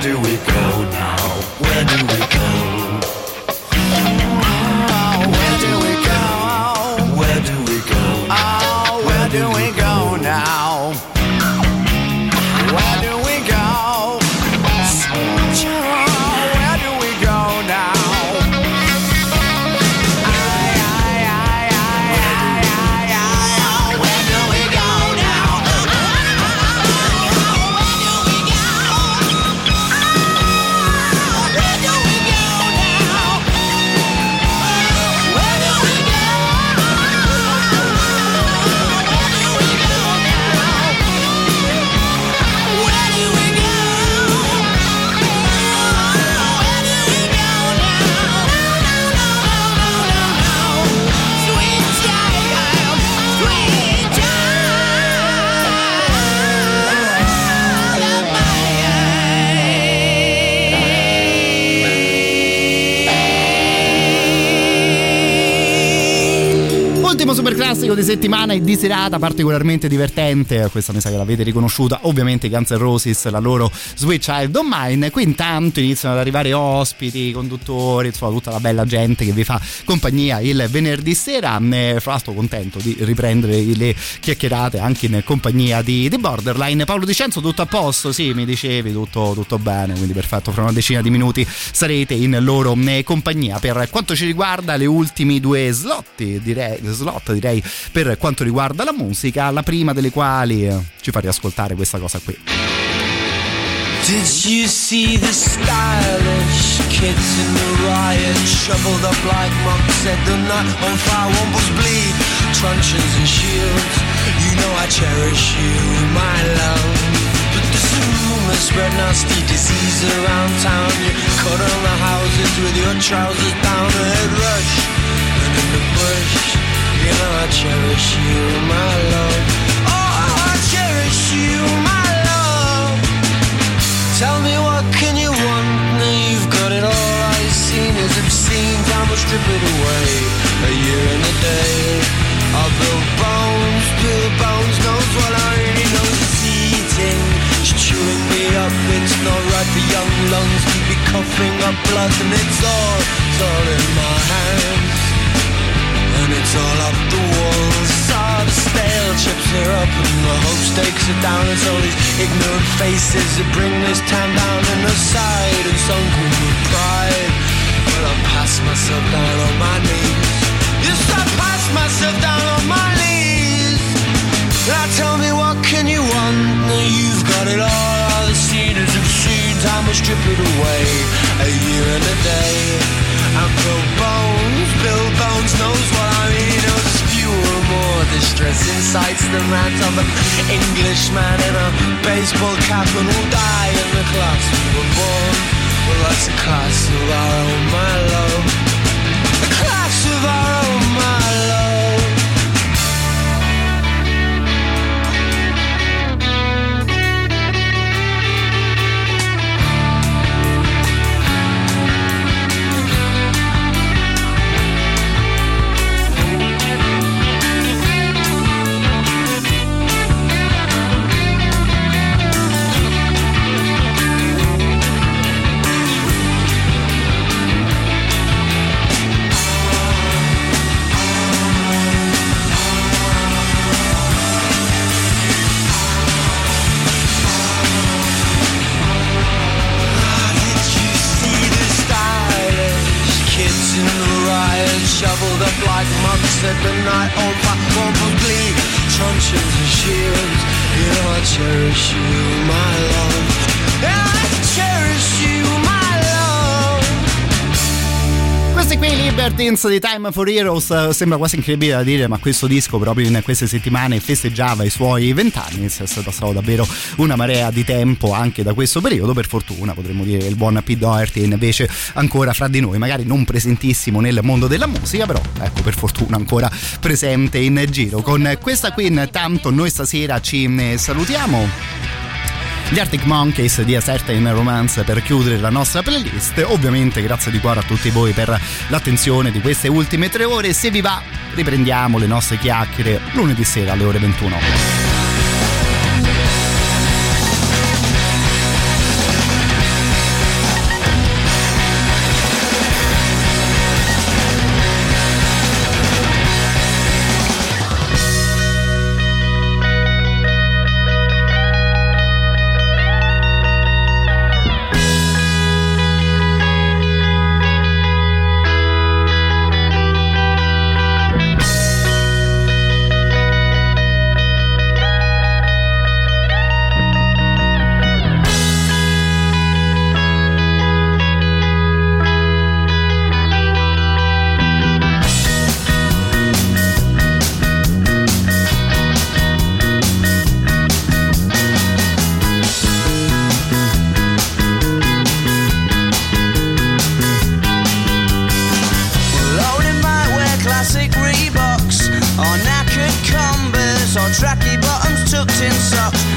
do we go now? Where do we go? Oh, where do we go? Where do we go? Oh, where do we go now? Where do we go? Where do we go now? Super classico di settimana e di serata particolarmente divertente, questa mi sa che l'avete riconosciuta, ovviamente i Guns N' Roses, la loro Sweet Child O' Mine. Qui intanto iniziano ad arrivare ospiti, conduttori, insomma tutta la bella gente che vi fa compagnia il venerdì sera. Fra l'altro contento di riprendere le chiacchierate anche in compagnia di, di Borderline. Paolo Dicenzo, tutto a posto? Sì, mi dicevi, tutto, tutto bene, quindi perfetto, fra una decina di minuti sarete in loro compagnia. Per quanto ci riguarda le ultimi due slot, direi, slot direi per quanto riguarda la musica, la prima delle quali eh, ci fa riascoltare questa cosa qui. Did you see the stylish kids in the riot, shoveled up like monks, said the night on fire, wombles bleed, truncheons and shields, you know I cherish you, my love. But there's a rumor spread nasty disease around town, you cut on the houses with your trousers down, a head rush, and in the bush, you know I cherish you, my love. Oh, I cherish you, my love. Tell me what can you want, now you've got it all, all you've seen is obscene, time will strip it away, a year and a day. I'll build bones, build bones, knows what I really know is eating, it's chewing me up, it's not right for young lungs, keep me coughing up blood, and it's all, it's all in my hands. And it's all up the walls, all the stale chips are up and the hope stakes are down. It's all these ignorant faces that bring this town down and aside and sunken with pride. But I pass myself down on my knees. Yes, I pass myself down on my knees. Now tell me what can you want? Now you've got it all, all the cedars have seen. Time will strip it away, a year and a day. And build bones, build bones, knows what I mean. Knows fewer, more distressing sights than that of an Englishman in a baseball cap and will die in the class we were born. Well, that's a class of our own, my love. A class of our own, my love. Shoveled up like monks at the night on fire, wombles bleed, truncheons and shields. You know I cherish you, my love. Yeah, I cherish you, my love. Questi qui Libertines di Time for Heroes, sembra quasi incredibile da dire, ma questo disco proprio in queste settimane festeggiava i suoi vent'anni, si è passato davvero una marea di tempo anche da questo periodo. Per fortuna potremmo dire che il buon Pete Doherty invece ancora fra di noi, magari non presentissimo nel mondo della musica, però ecco, per fortuna ancora presente in giro. Con questa qui intanto noi stasera ci salutiamo. Gli Arctic Monkeys di A Certain Romance per chiudere la nostra playlist. Ovviamente grazie di cuore a tutti voi per l'attenzione di queste ultime tre ore. Se vi va riprendiamo le nostre chiacchiere lunedì sera alle ore ventuno.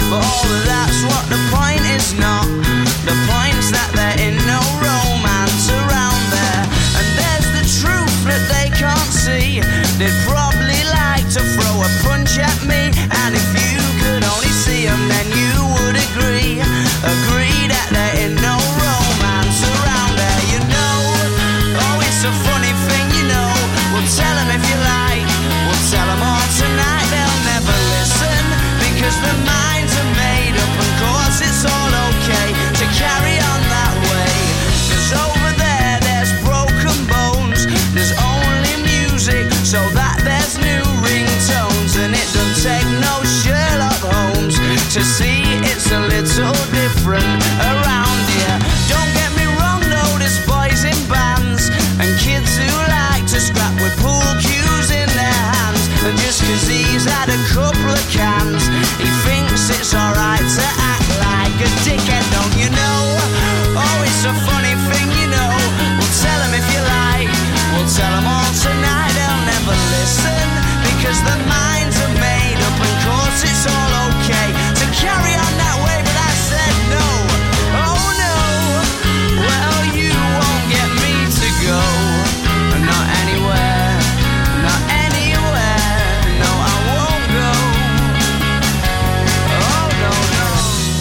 But all of that's what the point is not. The point's that there ain't no romance around there. And there's the truth that they can't see. They'd probably like to throw a punch at me. And if you could only see them, then you would agree. Agree that there ain't no romance around there. You know, oh, it's a funny thing, you know. We'll tell them if you like. We'll tell them all tonight. They'll never listen. Because their minds are made up. And course it's all okay to carry on that way. Cause over there there's broken bones. There's only music so that there's new ringtones. And it don't take no Sherlock Holmes to see it's a little different around here. Don't get me wrong though, there's boys in bands and kids who like to scrap with pool cues in their hands. And just cause he's had a couple of cans, he thinks it's alright to act like a dickhead, don't you know? Oh, it's a funny thing, you know. We'll tell them if you like. We'll tell them all tonight. They'll never listen. Because their minds are made up. And course it's all okay to carry on that way. But I said no. Oh no. Well, you won't get me to go. Not anywhere. Not anywhere. No, I won't go. Oh no, no.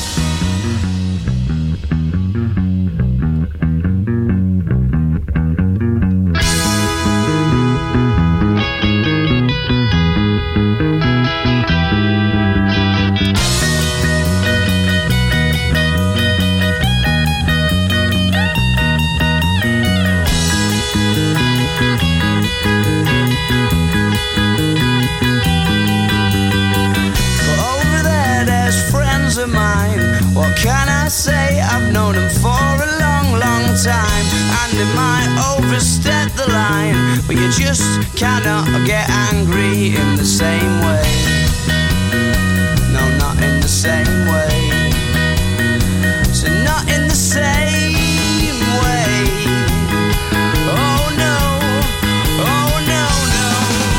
But over there, there's friends of mine. What can I say? I've known them for a long, long time. And they might overstep the line, but you just cannot get angry in the same way. No, not in the same way. So not in the same way. Oh no, oh no, no.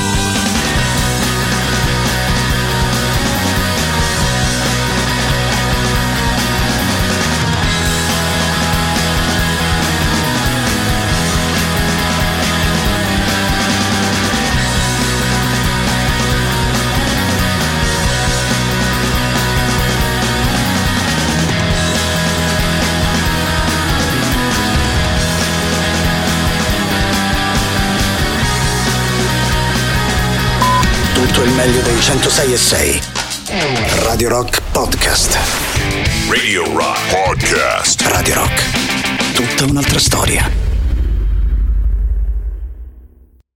Tutto il meglio dei centosei e sei. Radio Rock Podcast. Radio Rock Podcast. Radio Rock. Tutta un'altra storia.